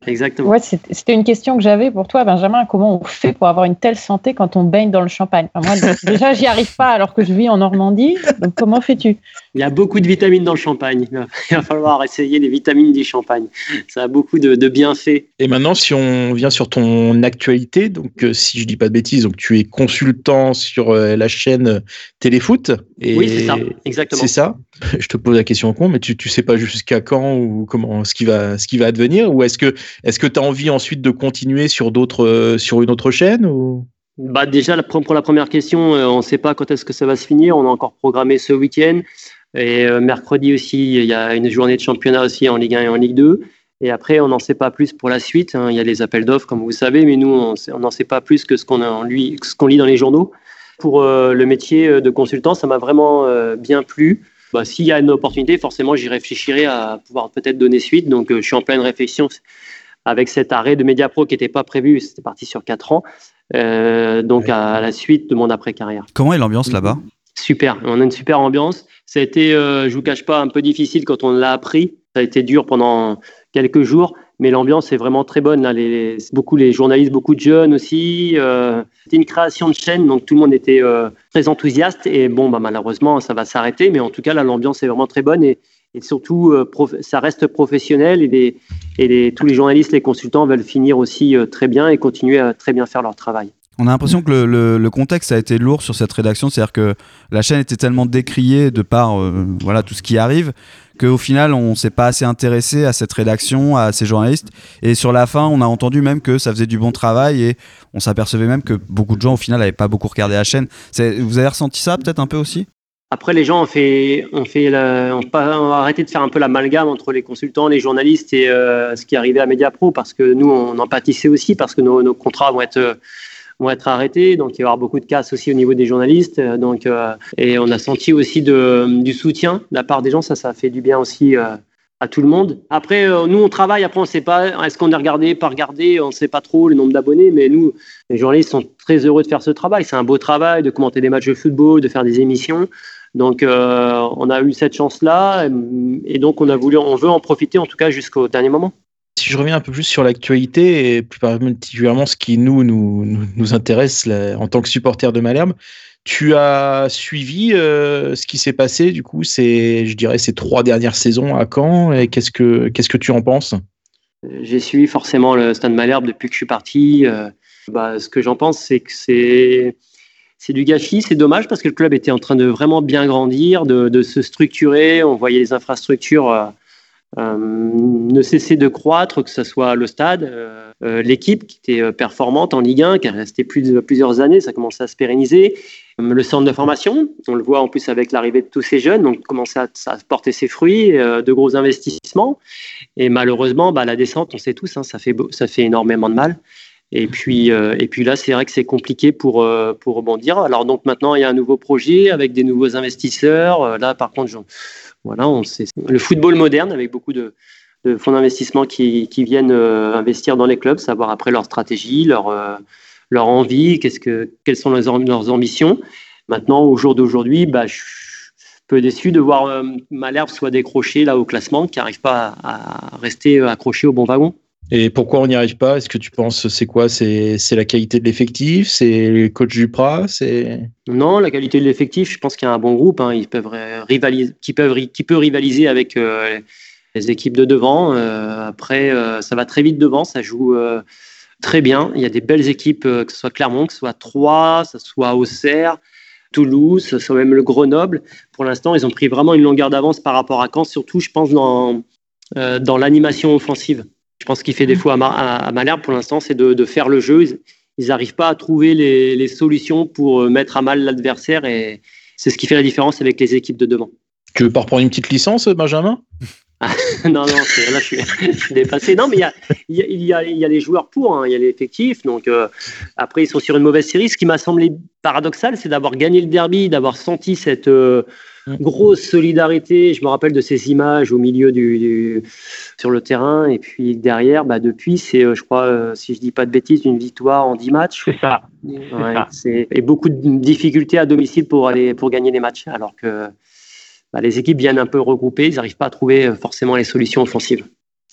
Exactement. Ouais, c'était une question que j'avais pour toi, Benjamin. Comment on fait pour avoir une telle santé quand on baigne dans le champagne? Enfin, moi, déjà, j'y arrive pas alors que je vis en Normandie. Donc, comment fais-tu? Il y a beaucoup de vitamines dans le champagne. Il va falloir essayer les vitamines du champagne. Ça a beaucoup de, de bienfaits. Et maintenant, si on vient sur ton actualité, donc euh, si je dis pas de bêtises, donc tu es consultant sur euh, la chaîne Téléfoot. Et oui, c'est ça, exactement. C'est ça. Je te pose la question con, mais tu tu sais pas jusqu'à quand ou comment ce qui va ce qui va advenir, ou est-ce que est-ce que tu as envie ensuite de continuer sur d'autres euh, sur une autre chaîne ou... Bah déjà pour la première question, euh, on ne sait pas quand est-ce que ça va se finir. On a encore programmé ce week-end et euh, mercredi aussi, il y a une journée de championnat aussi en Ligue un et en Ligue deux. Et après, on n'en sait pas plus pour la suite. Hein. Il y a les appels d'offres, comme vous savez, mais nous, on n'en sait pas plus que ce qu'on a en lui, ce qu'on lit dans les journaux. Pour euh, le métier de consultant, ça m'a vraiment euh, bien plu. Bah, s'il y a une opportunité, forcément, j'y réfléchirai à pouvoir peut-être donner suite. Donc, euh, je suis en pleine réflexion avec cet arrêt de Mediapro qui n'était pas prévu. C'était parti sur quatre ans. Euh, donc, ouais. à, à la suite de mon après-carrière. Comment est l'ambiance là-bas ? Super. On a une super ambiance. Ça a été, euh, je ne vous cache pas, un peu difficile quand on l'a appris. Ça a été dur pendant quelques jours, mais l'ambiance est vraiment très bonne. Là. Les, les, beaucoup les journalistes, beaucoup de jeunes aussi. Euh, c'était une création de chaîne, donc tout le monde était euh, très enthousiaste. Et bon, bah, malheureusement, ça va s'arrêter, mais en tout cas, là, l'ambiance est vraiment très bonne et, et surtout, euh, prof, ça reste professionnel et, les, et les, tous les journalistes, les consultants veulent finir aussi euh, très bien et continuer à très bien faire leur travail. On a l'impression que le, le, le contexte a été lourd sur cette rédaction, c'est-à-dire que la chaîne était tellement décriée de par euh, voilà, tout ce qui arrive, qu'au final, on ne s'est pas assez intéressé à cette rédaction, à ces journalistes. Et sur la fin, on a entendu même que ça faisait du bon travail et on s'apercevait même que beaucoup de gens, au final, n'avaient pas beaucoup regardé la chaîne. C'est, vous avez ressenti ça peut-être un peu aussi ? Après, les gens ont fait, ont fait la, ont pas, ont arrêté de faire un peu l'amalgame entre les consultants, les journalistes et euh, ce qui arrivait à Mediapro, parce que nous, on en pâtissait aussi, parce que nos, nos contrats vont être... Euh, vont être arrêtés, donc il va y avoir beaucoup de casse aussi au niveau des journalistes, donc euh, et on a senti aussi de, du soutien de la part des gens, ça ça fait du bien aussi euh, à tout le monde. Après euh, nous on travaille, après on sait pas est-ce qu'on est regardé, pas regardé, on sait pas trop le nombre d'abonnés, mais nous les journalistes sont très heureux de faire ce travail, c'est un beau travail de commenter des matchs de football, de faire des émissions. Donc euh, on a eu cette chance-là et donc on a voulu, on veut en profiter en tout cas jusqu'au dernier moment. Si je reviens un peu plus sur l'actualité et plus particulièrement ce qui nous, nous, nous, nous intéresse là, en tant que supporter de Malherbe, tu as suivi euh, ce qui s'est passé du coup, c'est, je dirais, ces trois dernières saisons à Caen et qu'est-ce que, qu'est-ce que tu en penses ? J'ai suivi forcément le Stade Malherbe depuis que je suis parti. Euh, bah, ce que j'en pense, c'est que c'est, c'est du gâchis, c'est dommage parce que le club était en train de vraiment bien grandir, de, de se structurer. On voyait les infrastructures euh, Euh, ne cessait de croître, que ce soit le stade, euh, euh, l'équipe qui était performante en Ligue un, qui est restée plus de, plusieurs années, ça commençait à se pérenniser. Euh, le centre de formation, on le voit en plus avec l'arrivée de tous ces jeunes, donc commençait à, à porter ses fruits, euh, de gros investissements. Et malheureusement, bah, la descente, on sait tous, hein, ça fait, ça fait énormément de mal. Et puis, euh, et puis là, c'est vrai que c'est compliqué pour, euh, pour rebondir. Alors donc maintenant, il y a un nouveau projet avec des nouveaux investisseurs. Euh, là, par contre, j'en... Voilà, on sait. Le football moderne avec beaucoup de, de fonds d'investissement qui, qui viennent euh, investir dans les clubs, savoir après leur stratégie, leur, euh, leur envie, qu'est-ce que, quelles sont leurs, leurs ambitions. Maintenant, au jour d'aujourd'hui, bah, je suis un peu déçu de voir euh, Malherbe soit décroché là, au classement, qui n'arrive pas à, à rester accroché au bon wagon. Et pourquoi on n'y arrive pas ? Est-ce que tu penses c'est quoi ? C'est, c'est la qualité de l'effectif ? C'est le coach Duprat ? C'est... Non, la qualité de l'effectif, je pense qu'il y a un bon groupe. Hein, ils peuvent rivaliser, qui, peuvent, qui peut rivaliser avec euh, les équipes de devant. Euh, après, euh, ça va très vite devant, ça joue euh, très bien. Il y a des belles équipes, euh, que ce soit Clermont, que ce soit Troyes, que ce soit Auxerre, Toulouse, que ce soit même le Grenoble. Pour l'instant, ils ont pris vraiment une longueur d'avance par rapport à Caen, surtout, je pense, dans, euh, dans l'animation offensive. Je pense qu'il fait défaut à, Mar- à Malherbe pour l'instant, c'est de, de faire le jeu. Ils n'arrivent pas à trouver les, les solutions pour mettre à mal l'adversaire et c'est ce qui fait la différence avec les équipes de devant. Tu veux pas reprendre une petite licence, Benjamin ? Ah, non, non, c'est, là je suis, je suis dépassé. Non, mais il y a, il y a, il y a, il y a les joueurs pour, hein, il y a l'effectif. Donc euh, après, ils sont sur une mauvaise série. Ce qui m'a semblé paradoxal, c'est d'avoir gagné le derby, d'avoir senti cette euh, grosse solidarité. Je me rappelle de ces images au milieu du, du sur le terrain. Et puis derrière, bah, depuis, c'est, euh, je crois, euh, si je dis pas de bêtises, une victoire en dix matchs. C'est ça. Ouais, c'est ça. C'est, et beaucoup de difficultés à domicile pour aller pour gagner les matchs, alors que bah, les équipes viennent un peu regroupées, ils n'arrivent pas à trouver forcément les solutions offensives.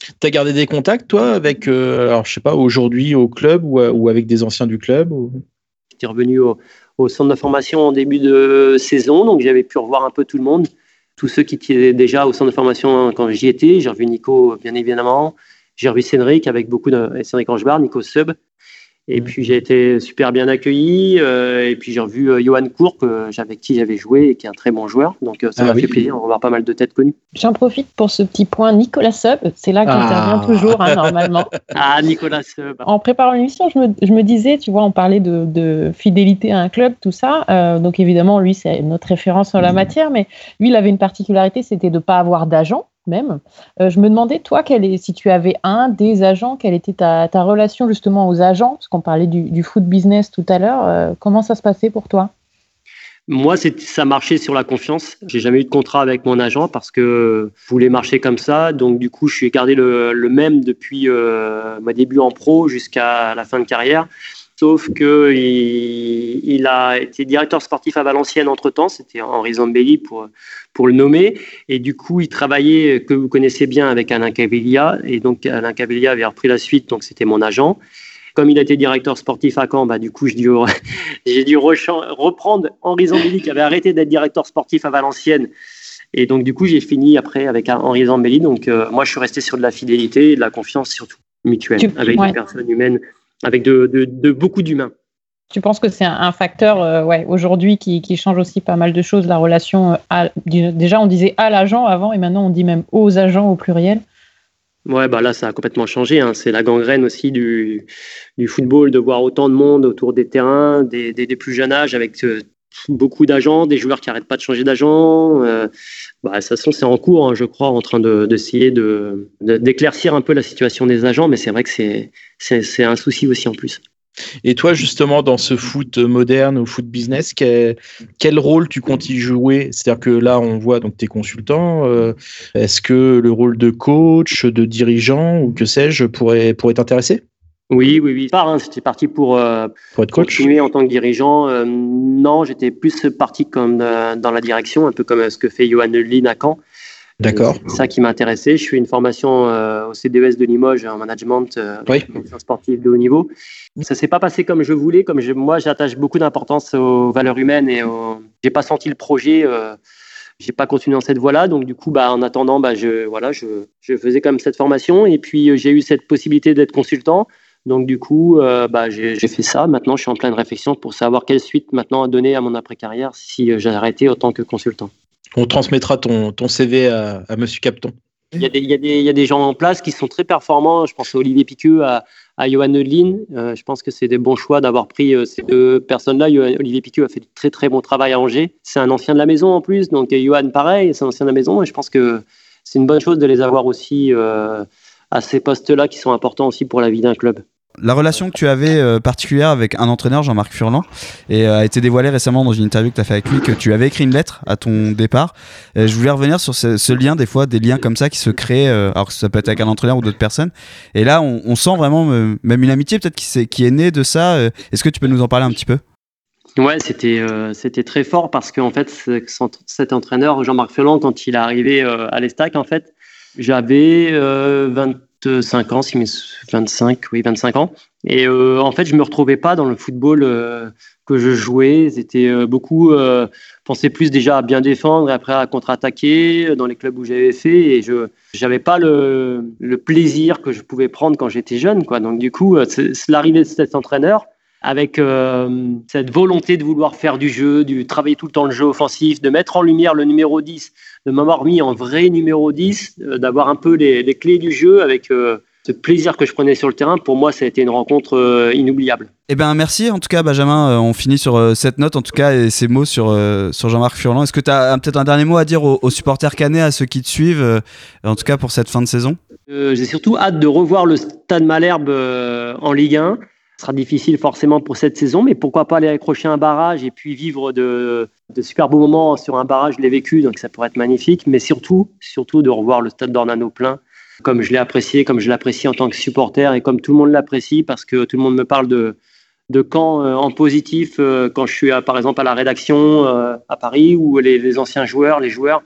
T'as gardé des contacts, toi, avec, euh, alors je sais pas, aujourd'hui au club ou, ou avec des anciens du club ou... J'étais revenu au, au centre de formation en début de saison, donc j'avais pu revoir un peu tout le monde. Tous ceux qui étaient déjà au centre de formation quand j'y étais. J'ai revu Nico, bien évidemment. J'ai revu Cédric avec beaucoup de Cédric Angebar, Nico Sub. Et puis j'ai été super bien accueilli. Euh, et puis j'ai revu euh, Johan Cour, que, avec qui j'avais joué et qui est un très bon joueur. Donc euh, ça ah, m'a oui. fait plaisir de revoir pas mal de têtes connues. J'en profite pour ce petit point Nicolas Sub. C'est là qu'il ah. intervient toujours, hein, normalement. Ah, Nicolas Sub. En préparant l'émission, je me, je me disais, tu vois, on parlait de, de fidélité à un club, tout ça. Euh, donc évidemment, lui, c'est notre référence en la matière. Mais lui, il avait une particularité, c'était de ne pas avoir d'agent. Même. Euh, je me demandais, toi, quel est, si tu avais un des agents, quelle était ta, ta relation justement aux agents, parce qu'on parlait du, du foot business tout à l'heure, euh, comment ça se passait pour toi? Moi, c'est, ça marchait sur la confiance. J'ai jamais eu de contrat avec mon agent parce que je voulais marcher comme ça. Donc, du coup, je suis gardé le, le même depuis euh, mon début en pro jusqu'à la fin de carrière. Sauf qu'il il a été directeur sportif à Valenciennes entre-temps, c'était Henri Zambelli pour, pour le nommer. Et du coup, il travaillait, que vous connaissez bien, avec Alain Caviglia. Et donc, Alain Caviglia avait repris la suite, donc c'était mon agent. Comme il a été directeur sportif à Caen, bah, du coup, j'ai dû, j'ai dû reprendre Henri Zambelli, qui avait arrêté d'être directeur sportif à Valenciennes. Et donc, du coup, j'ai fini après avec Henri Zambelli. Donc, euh, moi, je suis resté sur de la fidélité et de la confiance, surtout mutuelle, tu, avec ouais. des personnes humaines. Avec de, de, de beaucoup d'humains. Tu penses que c'est un, un facteur euh, ouais, aujourd'hui qui, qui change aussi pas mal de choses, la relation à, déjà on disait à l'agent avant et maintenant on dit même aux agents au pluriel. Ouais, bah là ça a complètement changé, hein. C'est la gangrène aussi du, du football, de voir autant de monde autour des terrains, des, des, des plus jeunes âges avec euh, beaucoup d'agents, des joueurs qui n'arrêtent pas de changer d'agent. Euh, bah, de toute façon, c'est en cours, hein, je crois, en train de, d'essayer de, de, d'éclaircir un peu la situation des agents, mais c'est vrai que c'est, c'est, c'est un souci aussi en plus. Et toi, justement, dans ce foot moderne ou foot business, quel, quel rôle tu comptes y jouer? C'est-à-dire que là, on voit donc tes consultants. Euh, est-ce que le rôle de coach, de dirigeant ou que sais-je pourrait, pourrait t'intéresser? Oui, oui, oui. Hein, j'étais parti pour, euh, pour être coach. Continuer en tant que dirigeant. Euh, non, j'étais plus parti comme euh, dans la direction, un peu comme ce que fait Johan Lin à Caen. D'accord. C'est ça qui m'intéressait. Je fais une formation euh, au C D E S de Limoges en management euh, oui. sportif de haut niveau. Ça s'est pas passé comme je voulais. Comme je, moi, j'attache beaucoup d'importance aux valeurs humaines et au, j'ai pas senti le projet. Euh, j'ai pas continué dans cette voie-là. Donc du coup, bah, en attendant, bah, je, voilà, je, je faisais comme cette formation et puis euh, j'ai eu cette possibilité d'être consultant. Donc du coup, euh, bah, j'ai, j'ai fait ça. Maintenant, je suis en pleine réflexion pour savoir quelle suite maintenant à donner à mon après-carrière si euh, j'ai arrêté en tant que consultant. On transmettra ton, ton C V à, à Monsieur Capton. Il y, a des, il, y a des, il y a des gens en place qui sont très performants. Je pense à Olivier Piqueux, à, à Johan Neudlin. Euh, je pense que c'est des bons choix d'avoir pris euh, ces deux personnes-là. Olivier Piqueux a fait du très très bon travail à Angers. C'est un ancien de la maison en plus. Donc Johan, pareil, c'est un ancien de la maison. Et je pense que c'est une bonne chose de les avoir aussi euh, à ces postes-là qui sont importants aussi pour la vie d'un club. La relation que tu avais euh, particulière avec un entraîneur, Jean-Marc Furlan, et euh, a été dévoilée récemment dans une interview que tu as fait avec lui, que tu avais écrit une lettre à ton départ. Et je voulais revenir sur ce, ce lien, des fois, des liens comme ça qui se créent, euh, alors que ça peut être avec un entraîneur ou d'autres personnes. Et là, on, on sent vraiment euh, même une amitié peut-être qui, s'est, qui est née de ça. Euh, est-ce que tu peux nous en parler un petit peu ? Ouais, c'était, euh, c'était très fort parce qu'en fait, cet entraîneur, Jean-Marc Furlan, quand il est arrivé euh, à l'Estac, en fait, j'avais euh, vingt-cinq ans, si mes vingt-cinq, oui, vingt-cinq ans. Et euh, en fait, je me retrouvais pas dans le football euh, que je jouais. C'était euh, beaucoup, euh, pensais plus déjà à bien défendre et après à contre-attaquer dans les clubs où j'avais fait. Et je j'avais pas le, le plaisir que je pouvais prendre quand j'étais jeune, quoi. Donc du coup, c'est, c'est l'arrivée de cet entraîneur avec euh, cette volonté de vouloir faire du jeu, de travailler tout le temps le jeu offensif, de mettre en lumière le numéro dix, de m'avoir mis en vrai numéro dix, euh, d'avoir un peu les, les clés du jeu avec euh, ce plaisir que je prenais sur le terrain. Pour moi, ça a été une rencontre euh, inoubliable. Eh ben merci en tout cas Benjamin, euh, on finit sur euh, cette note en tout cas et ces mots sur, euh, sur Jean-Marc Furlan. Est-ce que tu as peut-être un dernier mot à dire aux, aux supporters cannais, à ceux qui te suivent, euh, en tout cas pour cette fin de saison? euh, J'ai surtout hâte de revoir le Stade Malherbe euh, en Ligue un. Ce sera difficile forcément pour cette saison, mais pourquoi pas aller accrocher un barrage et puis vivre de, de super beaux moments sur un barrage. Je l'ai vécu, donc ça pourrait être magnifique, mais surtout, surtout de revoir le Stade d'Ornano plein, comme je l'ai apprécié, comme je l'apprécie en tant que supporter et comme tout le monde l'apprécie, parce que tout le monde me parle de, de Caen euh, en positif euh, quand je suis à, par exemple à la rédaction euh, à Paris, ou les, les anciens joueurs, les joueurs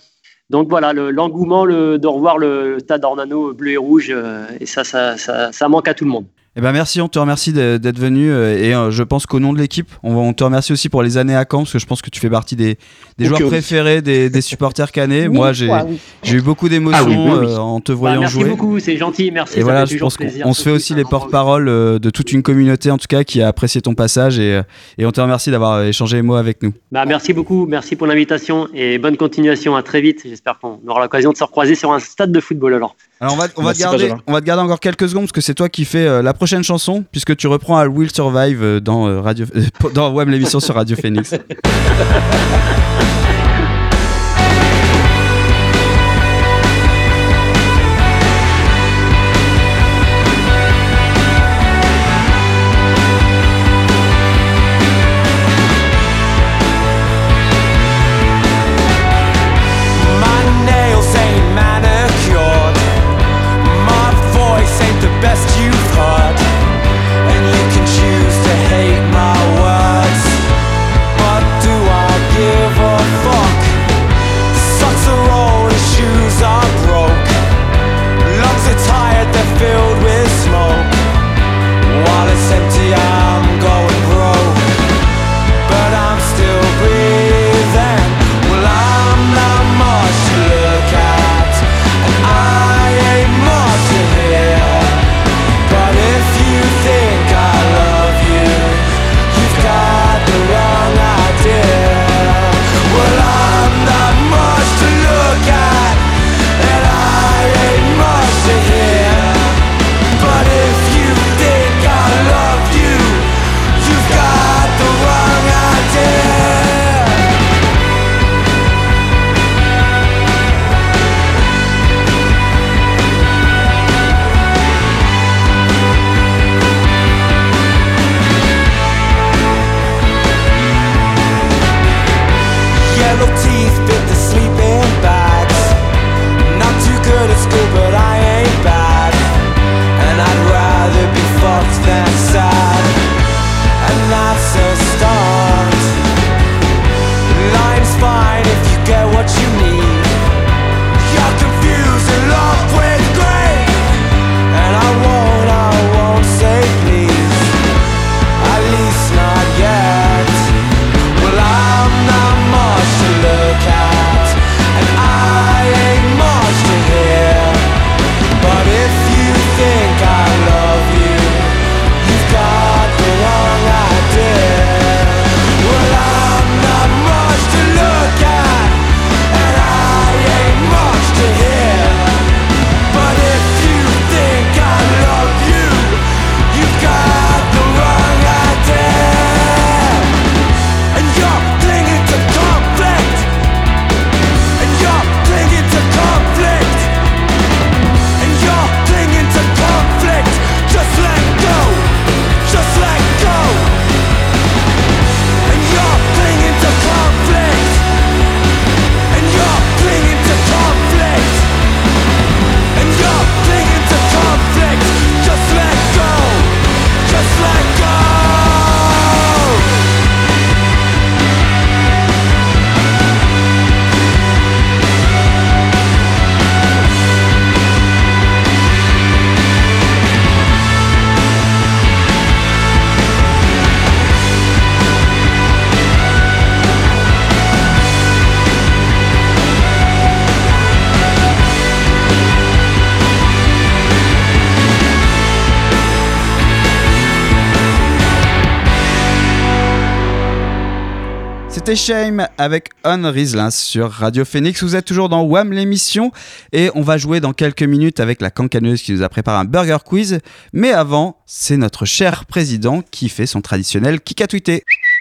Donc voilà, le, l'engouement le, de revoir le, le Stade Ornano bleu et rouge, euh, et ça ça, ça, ça manque à tout le monde. Eh ben merci, on te remercie d'être venu euh, et euh, je pense qu'au nom de l'équipe, on, on te remercie aussi pour les années à Caen parce que je pense que tu fais partie des, des okay, joueurs oui. préférés des, des supporters caennais. Moi, j'ai, oui. j'ai eu beaucoup d'émotions ah, oui, oui, oui. Euh, en te voyant bah, merci jouer. Merci beaucoup, c'est gentil, merci. Et voilà, je pense qu'on se fait aussi les porte-parole euh, de toute une communauté en tout cas qui a apprécié ton passage et, et on te remercie d'avoir échangé les mots avec nous. Bah, merci beaucoup, merci pour l'invitation et bonne continuation, à très vite. J'espère qu'on aura l'occasion de se recroiser sur un stade de football alors. Alors on va, on, va te garder, on va te garder encore quelques secondes parce que c'est toi qui fais euh, la prochaine chanson puisque tu reprends I Will Survive euh, dans, euh, Radio, euh, dans W A M l'émission sur Radio Phoenix. C'était Shame avec On Rizlins sur Radio Phoenix. Vous êtes toujours dans W A M l'émission et on va jouer dans quelques minutes avec la cancaneuse qui nous a préparé un burger quiz. Mais avant, c'est notre cher président qui fait son traditionnel Kikatweeté.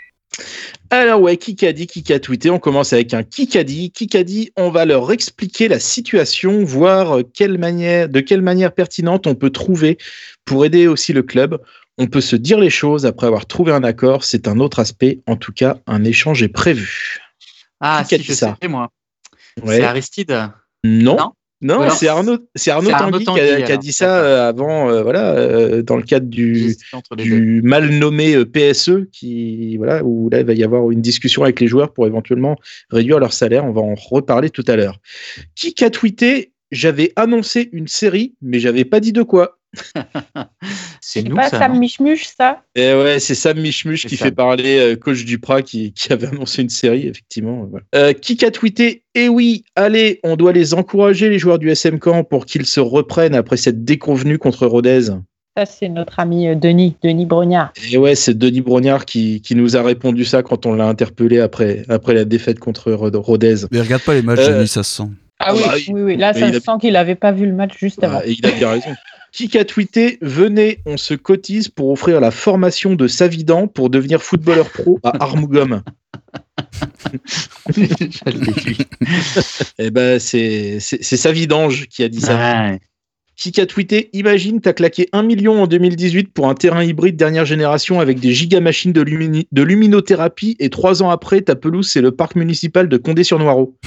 Alors ouais, Kikadi, Kikatweeté, on commence avec un Kikadi. Kikadi, on va leur expliquer la situation, voir quelle manière, de quelle manière pertinente on peut trouver pour aider aussi le club. On peut se dire les choses après avoir trouvé un accord, c'est un autre aspect. En tout cas, un échange est prévu. Ah, Qui si, je ça sais, moi. Ouais. C'est Aristide. Non. Non Non, alors, c'est Arnaud, c'est Arnaud, c'est Arnaud Tanguy, Tanguy, qui, a, qui a alors, dit ça euh, avant, euh, voilà, euh, dans le cadre du, entre les du mal nommé euh, P S E, qui, voilà, où là il va y avoir une discussion avec les joueurs pour éventuellement réduire leur salaire. On va en reparler tout à l'heure. Qui a tweeté? J'avais annoncé une série, mais j'avais pas dit de quoi. C'est C'est nous, pas ça. Sam non Michmuch, ça? Et ouais, c'est Sam Michmuch C'est qui Sam. fait parler euh, coach Duprat qui, qui avait annoncé une série, effectivement. Voilà. Euh, qui a tweeté? Eh oui, allez, on doit les encourager, les joueurs du S M Caen, pour qu'ils se reprennent après cette déconvenue contre Rodez. Ça, c'est notre ami euh, Denis, Denis Brognard. Et ouais, c'est Denis Brognard qui, qui nous a répondu ça quand on l'a interpellé après, après la défaite contre Rod- Rodez. Mais regarde pas les matchs, Euh, Denis, ça se sent. Ah oui, bah, oui, oui. Là, mais ça il se a- sent qu'il n'avait pas vu le match juste avant. Ah, et il a bien raison. Qui a tweeté? Venez, on se cotise pour offrir la formation de Savidan pour devenir footballeur pro à Armougom. Je l'ai vu. Eh ben, c'est, c'est, c'est Savidange qui a dit ça. Ouais. Qui a tweeté? Imagine, t'as claqué un million en deux mille dix-huit pour un terrain hybride dernière génération avec des gigamachines de, lumini- de luminothérapie et trois ans après, ta pelouse, c'est le parc municipal de Condé-sur-Noireau.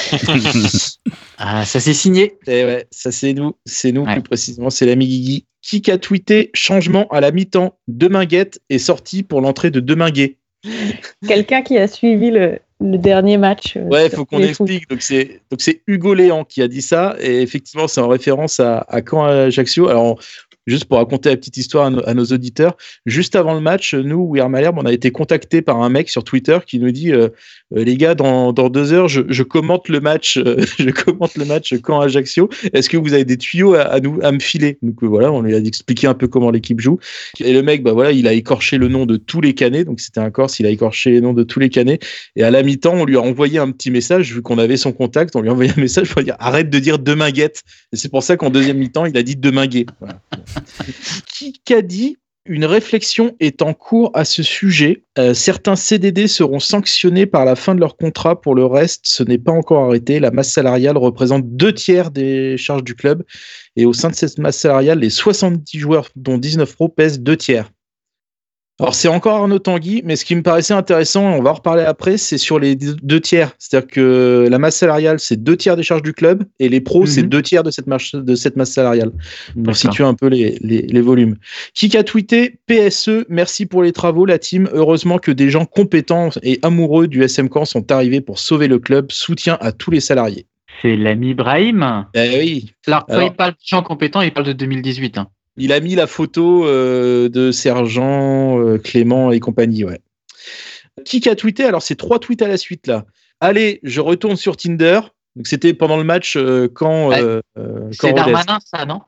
Ah, ça s'est signé. Et ouais, ça c'est nous, c'est nous Ouais. plus précisément, c'est l'ami Guigui. Qui a tweeté? Changement à la mi-temps, Deminguette est sorti pour l'entrée de Deminguet. Quelqu'un qui a suivi le, le dernier match. euh, Ouais, il sur faut qu'on les foot. explique. Donc c'est, donc c'est Hugo Léant qui a dit ça, et effectivement, c'est en référence à, à Caen Ajaccio. Alors, juste pour raconter la petite histoire à, no- à nos auditeurs, juste avant le match, nous, We Are Malherbe, on a été contacté par un mec sur Twitter qui nous dit euh, euh, les gars, dans, dans deux heures, je, je commente le match, euh, je commente le match Caen Ajaccio. Est-ce que vous avez des tuyaux à, à nous à me filer? Donc euh, voilà, on lui a expliqué un peu comment l'équipe joue. Et le mec, bah voilà, il a écorché le nom de tous les Canets. Donc c'était un Corse, il a écorché les noms de tous les Canets. Et à la mi-temps, on lui a envoyé un petit message, vu qu'on avait son contact, on lui a envoyé un message pour dire arrête de dire Deminguette. Et c'est pour ça qu'en deuxième mi-temps, il a dit Deminguet. Voilà. Qui a dit? Une réflexion est en cours à ce sujet. Euh, certains C D D seront sanctionnés par la fin de leur contrat. Pour le reste, ce n'est pas encore arrêté. La masse salariale représente deux tiers des charges du club. Et au sein de cette masse salariale, les soixante-dix joueurs, dont dix-neuf pros, pèsent deux tiers. Alors, c'est encore Arnaud Tanguy, mais ce qui me paraissait intéressant, on va en reparler après, c'est sur les deux tiers. C'est-à-dire que la masse salariale, c'est deux tiers des charges du club, et les pros, Mhm. c'est deux tiers de cette, marche, de cette masse salariale. Pour D'accord. situer un peu les, les, les volumes. Qui a tweeté? P S E, merci pour les travaux, la team. Heureusement que des gens compétents et amoureux du S M Caen sont arrivés pour sauver le club. Soutien à tous les salariés. C'est l'ami Brahim. Eh oui. Alors, quand Alors- il parle de gens compétents, il parle de deux mille dix-huit. Hein. Il a mis la photo euh, de Sergent, euh, Clément et compagnie, ouais. Qui a tweeté? Alors, c'est trois tweets à la suite, là. Allez, je retourne sur Tinder. Donc, c'était pendant le match euh, quand... euh, euh, C'est quand Rodez. Darmanin, ça, non?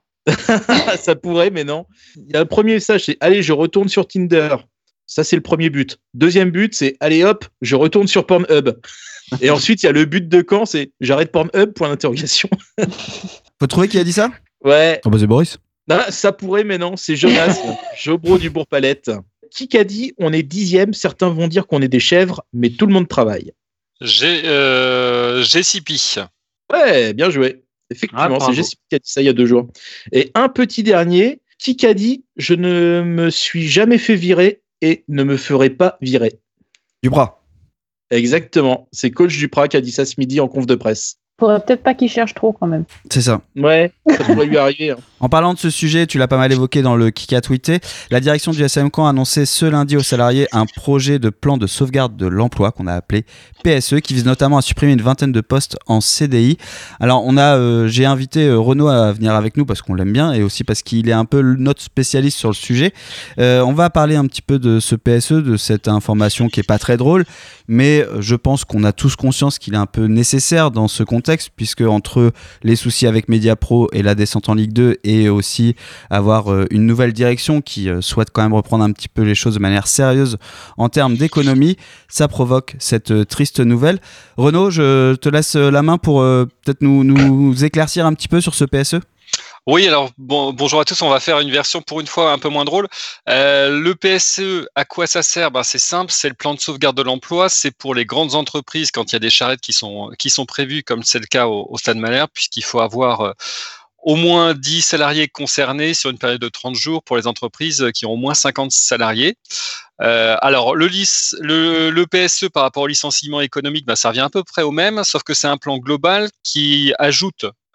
Ça pourrait, mais non. Il y a le premier message, c'est allez, je retourne sur Tinder. Ça, c'est le premier but. Deuxième but, c'est allez hop, je retourne sur Pornhub. Et ensuite, il y a le but de Caen, c'est j'arrête Pornhub, point d'interrogation. Faut trouver qui a dit ça? Ouais. Oh bah c'est Boris. Non, ça pourrait, mais non, c'est Jonas, Jobro du Bourg-Palette. Qui a dit on est dixième, certains vont dire qu'on est des chèvres, mais tout le monde travaille. J'ai euh, G C P. Ouais, bien joué. Effectivement, Ah, bravo. c'est Jessica qui a dit ça il y a deux jours. Et un petit dernier, qui a dit je ne me suis jamais fait virer et ne me ferai pas virer. Duprat. Exactement. C'est coach Duprat qui a dit ça ce midi en conf de presse. Faudrait peut-être pas qu'il cherche trop quand même. C'est ça. Ouais, ça pourrait lui arriver. Hein. En parlant de ce sujet, tu l'as pas mal évoqué dans le Kika tweeté, la direction du S M Caen a annoncé ce lundi aux salariés un projet de plan de sauvegarde de l'emploi qu'on a appelé P S E, qui vise notamment à supprimer une vingtaine de postes en C D I. Alors on a, euh, j'ai invité euh, Renaud à venir avec nous parce qu'on l'aime bien et aussi parce qu'il est un peu notre spécialiste sur le sujet. Euh, on va parler un petit peu de ce P S E, de cette information qui est pas très drôle, mais je pense qu'on a tous conscience qu'il est un peu nécessaire dans ce contexte, puisque entre les soucis avec Mediapro et la descente en Ligue deux et aussi avoir euh, une nouvelle direction qui euh, souhaite quand même reprendre un petit peu les choses de manière sérieuse en termes d'économie, ça provoque cette euh, triste nouvelle. Renaud, je te laisse la main pour euh, peut-être nous, nous éclaircir un petit peu sur ce P S E. Oui, alors bon, bonjour à tous, on va faire une version pour une fois un peu moins drôle. Euh, le P S E, à quoi ça sert? Ben, c'est simple, c'est le plan de sauvegarde de l'emploi, c'est pour les grandes entreprises quand il y a des charrettes qui sont, qui sont prévues, comme c'est le cas au, au Stade Malherbe, puisqu'il faut avoir euh, au moins dix salariés concernés sur une période de trente jours pour les entreprises qui ont au moins cinquante salariés. Euh, alors, le, lic- le, le P S E par rapport au licenciement économique, ben, ça revient à peu près au même, sauf que c'est un plan global qui ajoute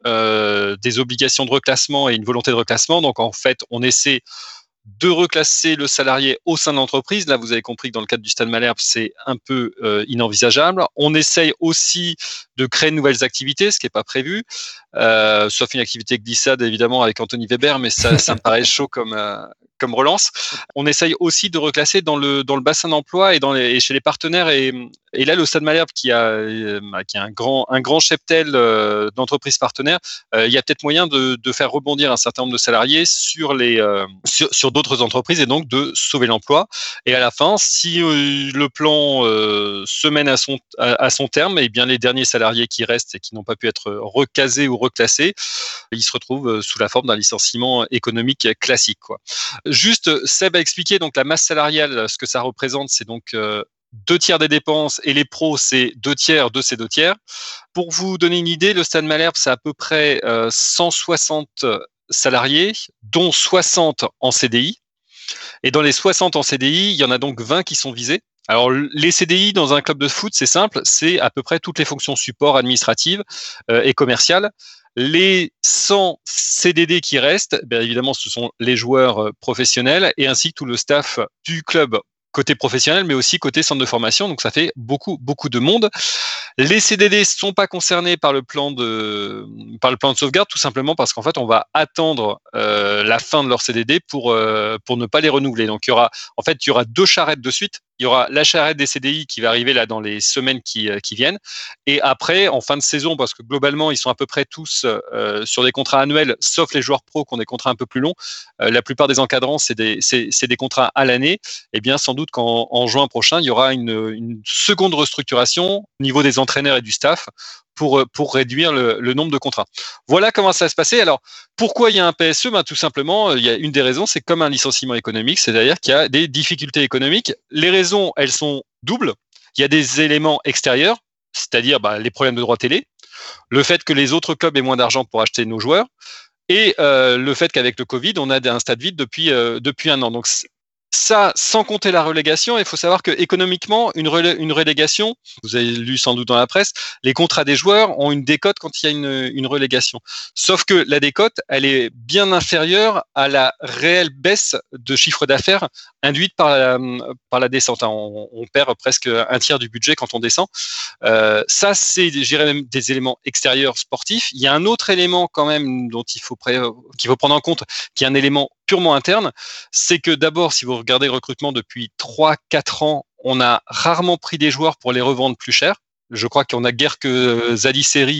euh, des obligations de reclassement et une volonté de reclassement. Donc en fait, on essaie de reclasser le salarié au sein de l'entreprise. Là, vous avez compris que dans le cadre du Stade Malherbe, c'est un peu euh, inenvisageable. On essaye aussi de créer de nouvelles activités, ce qui n'est pas prévu, euh, sauf une activité glissade, évidemment, avec Anthony Weber, mais ça, ça me paraît chaud comme, euh, comme relance. On essaye aussi de reclasser dans le, dans le bassin d'emploi et, dans les, et chez les partenaires. Et, et là, le Stade Malherbe, qui a, euh, qui a un, grand, un grand cheptel euh, d'entreprises partenaires, euh, il y a peut-être moyen de, de faire rebondir un certain nombre de salariés sur, les, euh, sur, sur d'autres entreprises et donc de sauver l'emploi. Et à la fin, si euh, le plan euh, se mène à son, à, à son terme, et bien les derniers salariés qui restent et qui n'ont pas pu être recasés ou reclassés, ils se retrouvent sous la forme d'un licenciement économique classique, quoi. Juste, Seb a expliqué donc la masse salariale, ce que ça représente, c'est donc euh, deux tiers des dépenses et les pros, c'est deux tiers de ces deux tiers. Pour vous donner une idée, le Stade Malherbe, c'est à peu près euh, cent soixante salariés, dont soixante en C D I. Et dans les soixante en C D I, il y en a donc vingt qui sont visés. Alors, les C D I dans un club de foot, c'est simple, c'est à peu près toutes les fonctions support administratives euh, et commerciales. Les cent C D D qui restent, bien évidemment, ce sont les joueurs professionnels et ainsi que tout le staff du club côté professionnel, mais aussi côté centre de formation. Donc, ça fait beaucoup, beaucoup de monde. Les C D D ne sont pas concernés par le plan de, par le plan de sauvegarde, tout simplement parce qu'en fait, on va attendre euh, la fin de leur C D D pour, euh, pour ne pas les renouveler. Donc, il y aura, en fait, il y aura deux charrettes de suite. Il y aura la charrette des C D I qui va arriver là dans les semaines qui, euh, qui viennent. Et après, en fin de saison, parce que globalement, ils sont à peu près tous euh, sur des contrats annuels, sauf les joueurs pros qui ont des contrats un peu plus longs. Euh, la plupart des encadrants, c'est des, c'est, c'est des contrats à l'année. Eh bien, sans doute qu'en en juin prochain, il y aura une, une seconde restructuration au niveau des entraîneurs et du staff pour, pour réduire le, le nombre de contrats. Voilà comment ça va se passer. Alors, pourquoi il y a un P S E? Ben, tout simplement, il y a une des raisons, c'est comme un licenciement économique, c'est-à-dire qu'il y a des difficultés économiques. Les raisons, elles sont doubles. Il y a des éléments extérieurs, c'est-à-dire ben, les problèmes de droit télé, le fait que les autres clubs aient moins d'argent pour acheter nos joueurs, et euh, le fait qu'avec le Covid, on a un stade vide depuis, euh, depuis un an. Donc, ça, sans compter la relégation, il faut savoir que économiquement, une, relé- une relégation, vous avez lu sans doute dans la presse, les contrats des joueurs ont une décote quand il y a une, une relégation. Sauf que la décote, elle est bien inférieure à la réelle baisse de chiffre d'affaires induite par la, par la descente. On, on perd presque un tiers du budget quand on descend. Euh, ça, c'est, je dirais même des éléments extérieurs sportifs. Il y a un autre élément quand même dont il faut, pré- qu'il faut prendre en compte, qui est un élément purement interne, c'est que d'abord, si vous regardez le recrutement depuis trois quatre ans, on a rarement pris des joueurs pour les revendre plus cher. Je crois qu'on a guère que Zali Seri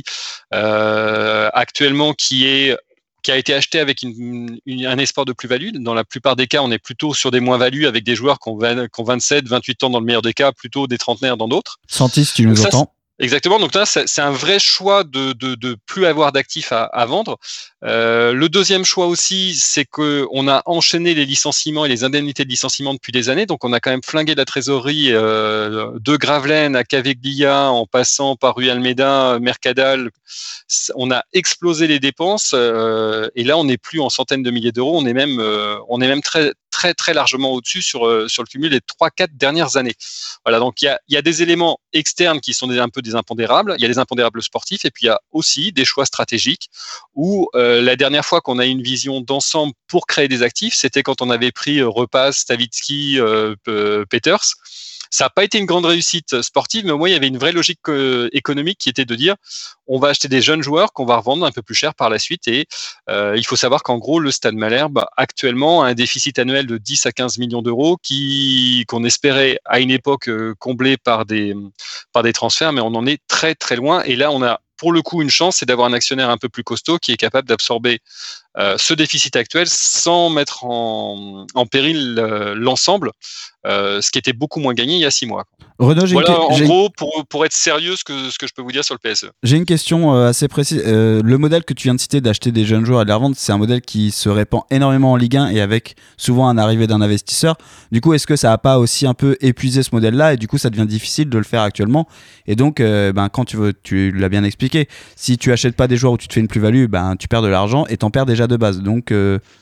euh, actuellement qui est qui a été acheté avec une, une, un espoir de plus-value. Dans la plupart des cas, on est plutôt sur des moins-values avec des joueurs qui ont, vingt, qui ont vingt-sept, vingt-huit ans dans le meilleur des cas, plutôt des trentenaires dans d'autres. Santis, tu nous ça, entends? Exactement. Donc là, c'est, c'est un vrai choix de de, de plus avoir d'actifs à, à vendre. Euh, le deuxième choix aussi, c'est que on a enchaîné les licenciements et les indemnités de licenciement depuis des années. Donc on a quand même flingué la trésorerie euh, de Gravelaine à Caveglia, en passant par Rui Almeida, Mercadal. On a explosé les dépenses euh, et là on n'est plus en centaines de milliers d'euros. On est même euh, on est même très très très largement au-dessus sur euh, sur le cumul des trois quatre dernières années. Voilà, donc il y a il y a des éléments externes qui sont des, un peu des impondérables. Il y a des impondérables sportifs et puis il y a aussi des choix stratégiques où euh, la dernière fois qu'on a eu une vision d'ensemble pour créer des actifs, c'était quand on avait pris euh, Repas, Stavitsky, euh, Peters. Ça n'a pas été une grande réussite sportive, mais au moins il y avait une vraie logique euh, économique qui était de dire on va acheter des jeunes joueurs qu'on va revendre un peu plus cher par la suite. Et euh, il faut savoir qu'en gros, le Stade Malherbe actuellement a un déficit annuel de dix à quinze millions d'euros qui, qu'on espérait à une époque euh, combler par des, par des transferts, mais on en est très très loin. Et là, on a pour le coup une chance, c'est d'avoir un actionnaire un peu plus costaud qui est capable d'absorber euh, ce déficit actuel sans mettre en, en péril euh, l'ensemble, euh, ce qui était beaucoup moins gagné il y a six mois. Renaud, j'ai voilà, une... en j'ai... gros, pour, pour être sérieux, ce que, ce que je peux vous dire sur le P S E. J'ai une question euh, assez précise. Euh, le modèle que tu viens de citer d'acheter des jeunes joueurs et de les revendre, c'est un modèle qui se répand énormément en Ligue un et avec souvent un arrivée d'un investisseur. Du coup, est-ce que ça n'a pas aussi un peu épuisé ce modèle-là et du coup, ça devient difficile de le faire actuellement? Et donc, euh, ben, quand tu veux, tu l'as bien expliqué, si tu achètes pas des joueurs où tu te fais une plus-value, ben, tu perds de l'argent et t'en perds déjà de base. Donc, euh,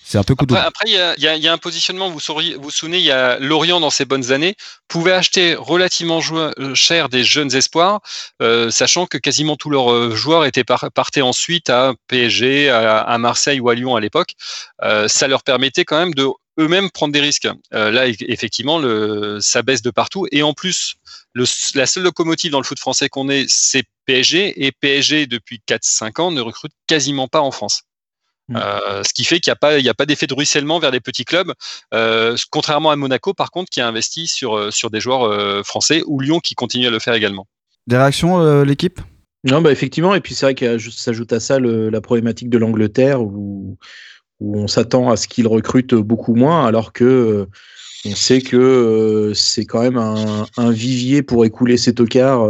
C'est un peu coup Après, après, il y a, y, a, y a un positionnement, vous vous, vous souvenez, il y a Lorient dans ses bonnes années, pouvait acheter relativement joueur, cher des jeunes espoirs, euh, sachant que quasiment tous leurs joueurs étaient par, partaient ensuite à P S G, à, à Marseille ou à Lyon à l'époque. Euh, ça leur permettait quand même de eux-mêmes prendre des risques. Euh, là, effectivement, le, ça baisse de partout. Et en plus, le, la seule locomotive dans le foot français qu'on ait, c'est P S G. Et P S G, depuis quatre cinq ans, ne recrute quasiment pas en France. Mmh. Euh, ce qui fait qu'il n'y a pas, il n'y a pas d'effet de ruissellement vers les petits clubs, euh, contrairement à Monaco, par contre, qui a investi sur, sur des joueurs euh, français, ou Lyon qui continue à le faire également. Des réactions, euh, l'équipe ? Non, bah effectivement. Et puis c'est vrai qu'il s'ajoute à ça le, la problématique de l'Angleterre, où où on s'attend à ce qu'ils recrutent beaucoup moins, alors que euh, on sait que euh, c'est quand même un, un vivier pour écouler ces tocards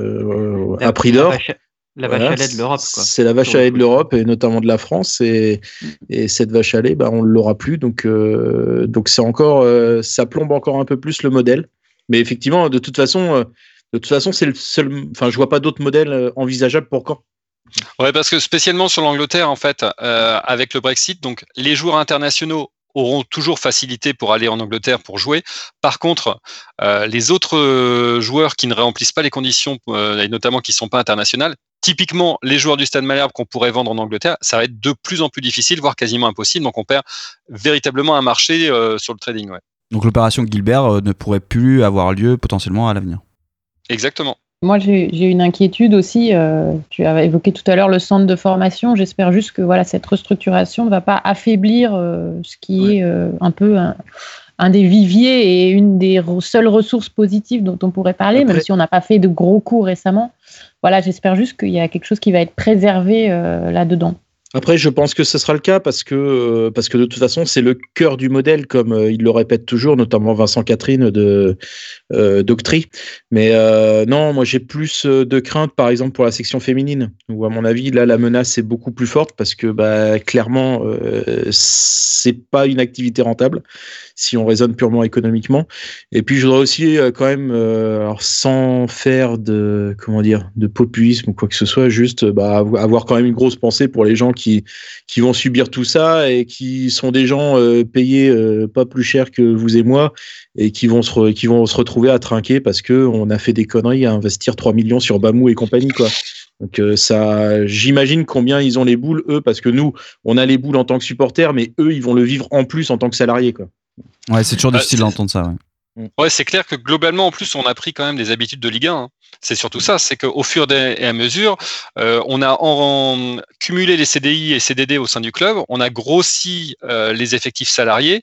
euh, à prix d'or. La vache, la vache voilà, à lait de l'Europe, quoi. C'est la vache à lait de l'Europe, et notamment de la France, et, et cette vache à lait, bah, on ne l'aura plus, donc, euh, donc c'est encore, euh, ça plombe encore un peu plus le modèle. Mais effectivement, de toute façon, euh, de toute façon, c'est le seul, enfin, je vois pas d'autres modèles envisageables pour Caen. Ouais, parce que spécialement sur l'Angleterre, en fait, euh, avec le Brexit, donc les joueurs internationaux auront toujours facilité pour aller en Angleterre pour jouer. Par contre, euh, les autres joueurs qui ne remplissent pas les conditions, euh, et notamment qui ne sont pas internationales, typiquement les joueurs du Stade Malherbe qu'on pourrait vendre en Angleterre, ça va être de plus en plus difficile, voire quasiment impossible. Donc on perd véritablement un marché euh, sur le trading. Ouais. Donc l'opération Gilbert euh, ne pourrait plus avoir lieu potentiellement à l'avenir. Exactement. Moi, j'ai, j'ai une inquiétude aussi. Euh, tu avais évoqué tout à l'heure le centre de formation. J'espère juste que voilà, cette restructuration ne va pas affaiblir euh, ce qui ouais. est euh, un peu un, un des viviers et une des re- seules ressources positives dont on pourrait parler, Après... même si on n'a pas fait de gros coups récemment. Voilà, j'espère juste qu'il y a quelque chose qui va être préservé euh, là-dedans. Après, je pense que ce sera le cas parce que, euh, parce que de toute façon, c'est le cœur du modèle, comme euh, il le répète toujours, notamment Vincent Catherine de euh, d'Octree. Mais euh, non, moi j'ai plus de crainte, par exemple, pour la section féminine, où à mon avis, là, la menace est beaucoup plus forte parce que bah, clairement, euh, c'est pas une activité rentable si on raisonne purement économiquement. Et puis, je voudrais aussi euh, quand même, euh, alors, sans faire de, comment dire, de populisme ou quoi que ce soit, juste bah, avoir quand même une grosse pensée pour les gens qui Qui, qui vont subir tout ça et qui sont des gens euh, payés euh, pas plus cher que vous et moi et qui vont se, re, qui vont se retrouver à trinquer parce qu'on a fait des conneries à investir trois millions sur Bamou et compagnie, quoi. Donc euh, ça, j'imagine combien ils ont les boules, eux, parce que nous, on a les boules en tant que supporters, mais eux, ils vont le vivre en plus en tant que salariés, quoi. Ouais, c'est toujours bah, difficile d'entendre ça, ouais. Ouais, c'est clair que globalement, en plus, on a pris quand même des habitudes de Ligue un. Hein. C'est surtout ça, c'est qu'au fur et à mesure, euh, on a en, en, cumulé les C D I et C D D au sein du club, on a grossi euh, les effectifs salariés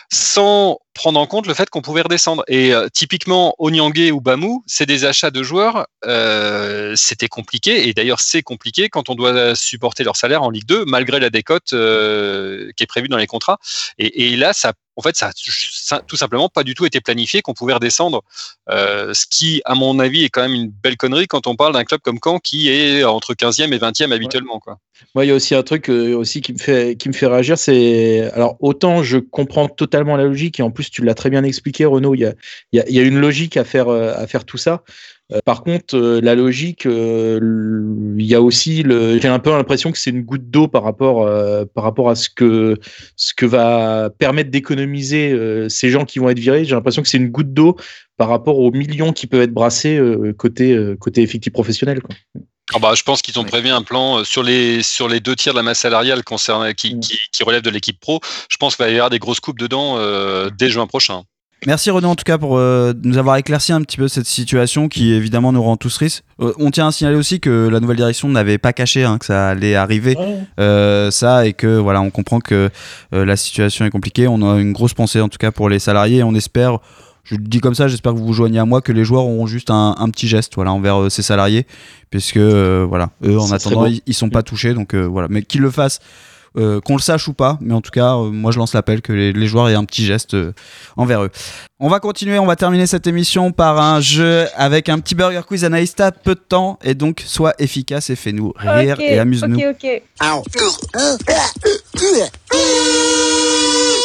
sans prendre en compte le fait qu'on pouvait redescendre. Et euh, typiquement, Onyangé ou Bamou, c'est des achats de joueurs, euh, c'était compliqué, et d'ailleurs c'est compliqué quand on doit supporter leur salaire en Ligue deux, malgré la décote euh, qui est prévue dans les contrats. Et, et là, ça En fait, ça a tout simplement pas du tout été planifié qu'on pouvait redescendre, euh, ce qui, à mon avis, est quand même une belle connerie quand on parle d'un club comme Caen qui est entre quinzième et vingtième habituellement, quoi. Moi, il y a aussi un truc euh, aussi qui me fait qui me fait réagir, c'est alors autant je comprends totalement la logique et en plus tu l'as très bien expliqué, Renaud. Il y a il y a, il y a une logique à faire euh, à faire tout ça. Euh, par contre, euh, la logique, euh, il y a aussi le. J'ai un peu l'impression que c'est une goutte d'eau par rapport euh, par rapport à ce que ce que va permettre d'économiser euh, ces gens qui vont être virés. J'ai l'impression que c'est une goutte d'eau par rapport aux millions qui peuvent être brassés euh, côté euh, côté effectif professionnel, quoi. Ah bah, je pense qu'ils ont prévu un plan sur les, sur les deux tiers de la masse salariale concernée, qui, qui, qui relève de l'équipe pro. Je pense qu'il va y avoir des grosses coupes dedans euh, dès juin prochain. Merci Renaud en tout cas pour euh, nous avoir éclairci un petit peu cette situation qui évidemment nous rend tous tristes. Euh, on tient à signaler aussi que la nouvelle direction n'avait pas caché hein, que ça allait arriver, ouais. euh, ça et que voilà, on comprend que euh, la situation est compliquée. On a une grosse pensée en tout cas pour les salariés et on espère. Je le dis comme ça, j'espère que vous vous joignez à moi, que les joueurs auront juste un, un petit geste voilà, envers euh, ces salariés, puisque euh, voilà, eux en ça attendant ils, ils sont pas touchés, donc euh, voilà, mais qu'ils le fassent, euh, qu'on le sache ou pas, mais en tout cas, euh, moi je lance l'appel que les, les joueurs aient un petit geste euh, envers eux. On va continuer, on va terminer cette émission par un jeu avec un petit burger quiz. Anaïs, t'as peu de temps et donc sois efficace et fais-nous rire okay, et amuse-nous. Ok, ok. Bon,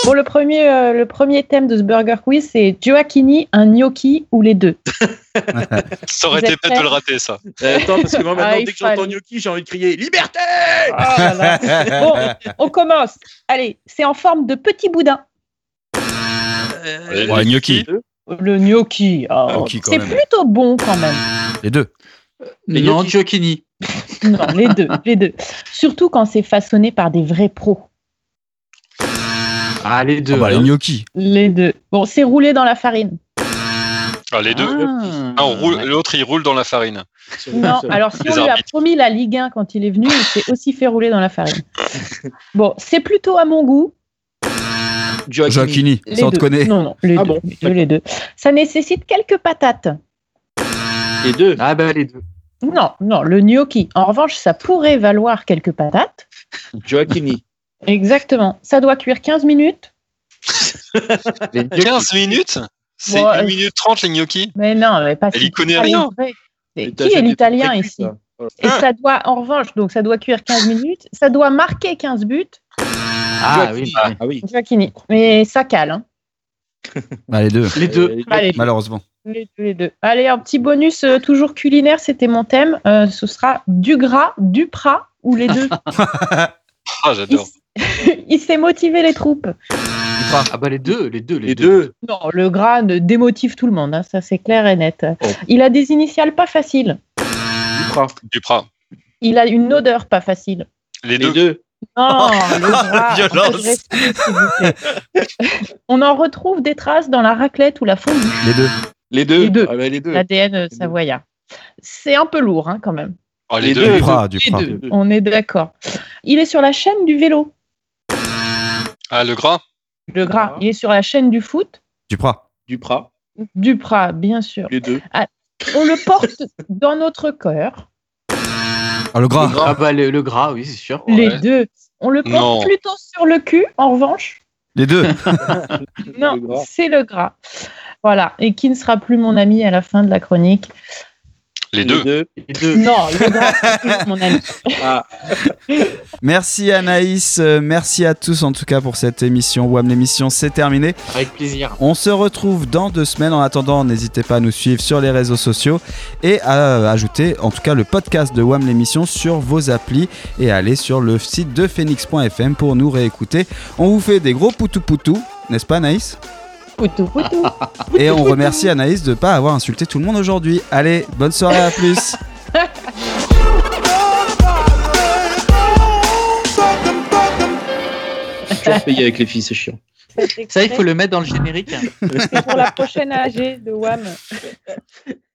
Bon, le premier, euh, le premier thème de ce Burger Quiz, c'est Gioacchini, un gnocchi ou les deux. Ça aurait Vous été êtes bête de prêts le rater, ça. Euh, attends, parce que moi, maintenant, Ah, il dès que j'entends fallait. gnocchi, j'ai envie de crier Liberté. Ah là là. Bon, on commence. Allez, c'est en forme de petit boudin. Euh, Ouais, gnocchi. Le gnocchi, oh, Gnocchi, quand c'est même. plutôt bon quand même. Les deux. Les Non, gnocchis. Gioacchini. Non, les deux, les deux. Surtout quand c'est façonné par des vrais pros. Ah, les deux. Ah bah, les alors. gnocchis. Les deux. Bon, c'est roulé dans la farine. Ah, les deux. Ah. Ah, on roule- L'autre, il roule dans la farine. Non, alors si Les on lui a arbitres. promis la Ligue un quand il est venu, il s'est aussi fait rouler dans la farine. Bon, c'est plutôt à mon goût. Gioacchini, Les ça on te deux. connaît. Non, non, les, Ah deux, bon, les deux, les deux. Ça nécessite quelques patates. Les deux. Ah, bah, les deux. Non, non, le gnocchi. En revanche, ça pourrait valoir quelques patates. Gioacchini. Exactement. Ça doit cuire quinze minutes. Les gnocchis. quinze minutes C'est Bon, une euh, minute trente, les gnocchis. Mais non, mais pas Elle si y connaît pas les rien. vrais. Et Mais t'as qui est jamais l'italien précu, ici? ça. Voilà. Et ça doit, en revanche, donc ça doit cuire quinze minutes. Ça doit marquer quinze buts. Ah, oui. Ah, ah oui. Gioacchini. Mais ça cale. Hein. Bah, les deux. Les deux. Euh, Allez, Malheureusement. les deux, les deux. Allez, un petit bonus euh, toujours culinaire, c'était mon thème. Euh, ce sera du gras, du prat ou les deux. Ah, il, j'adore. s- il sait motiver les troupes. Ah, bah, les deux. Les deux. Les, Les deux. deux. Non, le gras ne démotive tout le monde, hein, ça c'est clair et net. Oh. Il a des initiales pas faciles. Duprat. Duprat. Il a une odeur pas facile. Les Les deux. deux. Non, le gras, Violence. un peu de respect, s'il vous plaît. On en retrouve des traces dans la raclette ou la fondue. Les deux. Les deux. Les deux. Ah, bah, les deux. L'A D N savoyard. C'est un peu lourd hein, quand même. Ah, les Les deux. deux. Duprat, Les Duprat. deux, on est d'accord. Il est sur la chaîne du vélo. Ah, le gras. Le gras, il est sur la chaîne du foot. Duprat. Duprat. Du Prat, bien sûr. Les deux. On le porte dans notre cœur. Ah, le gras. Ah, bah, le, le gras, oui, c'est sûr. Les Ouais. deux. On le porte Non. plutôt sur le cul, en revanche. Les deux. Non, Le gras. c'est le gras. Voilà. Et qui ne sera plus mon ami à la fin de la chronique? Les deux. Les deux. Non, le gras, c'est toujours mon ami. Ah. Merci Anaïs, euh, merci à tous en tout cas pour cette émission. W A M l'émission, c'est terminé. Avec plaisir. On se retrouve dans deux semaines. En attendant, n'hésitez pas à nous suivre sur les réseaux sociaux et à euh, ajouter en tout cas le podcast de W A M l'émission sur vos applis et à aller sur le site de phoenix point f m pour nous réécouter. On vous fait des gros poutou poutou, n'est-ce pas Anaïs? Poutou, poutou. Et on remercie Anaïs de ne pas avoir insulté tout le monde aujourd'hui. Allez, bonne soirée, à plus. Toujours payé avec les filles, c'est chiant. Cet Ça, il faut extrait, le mettre dans le générique. c'est pour la prochaine A G de W A M.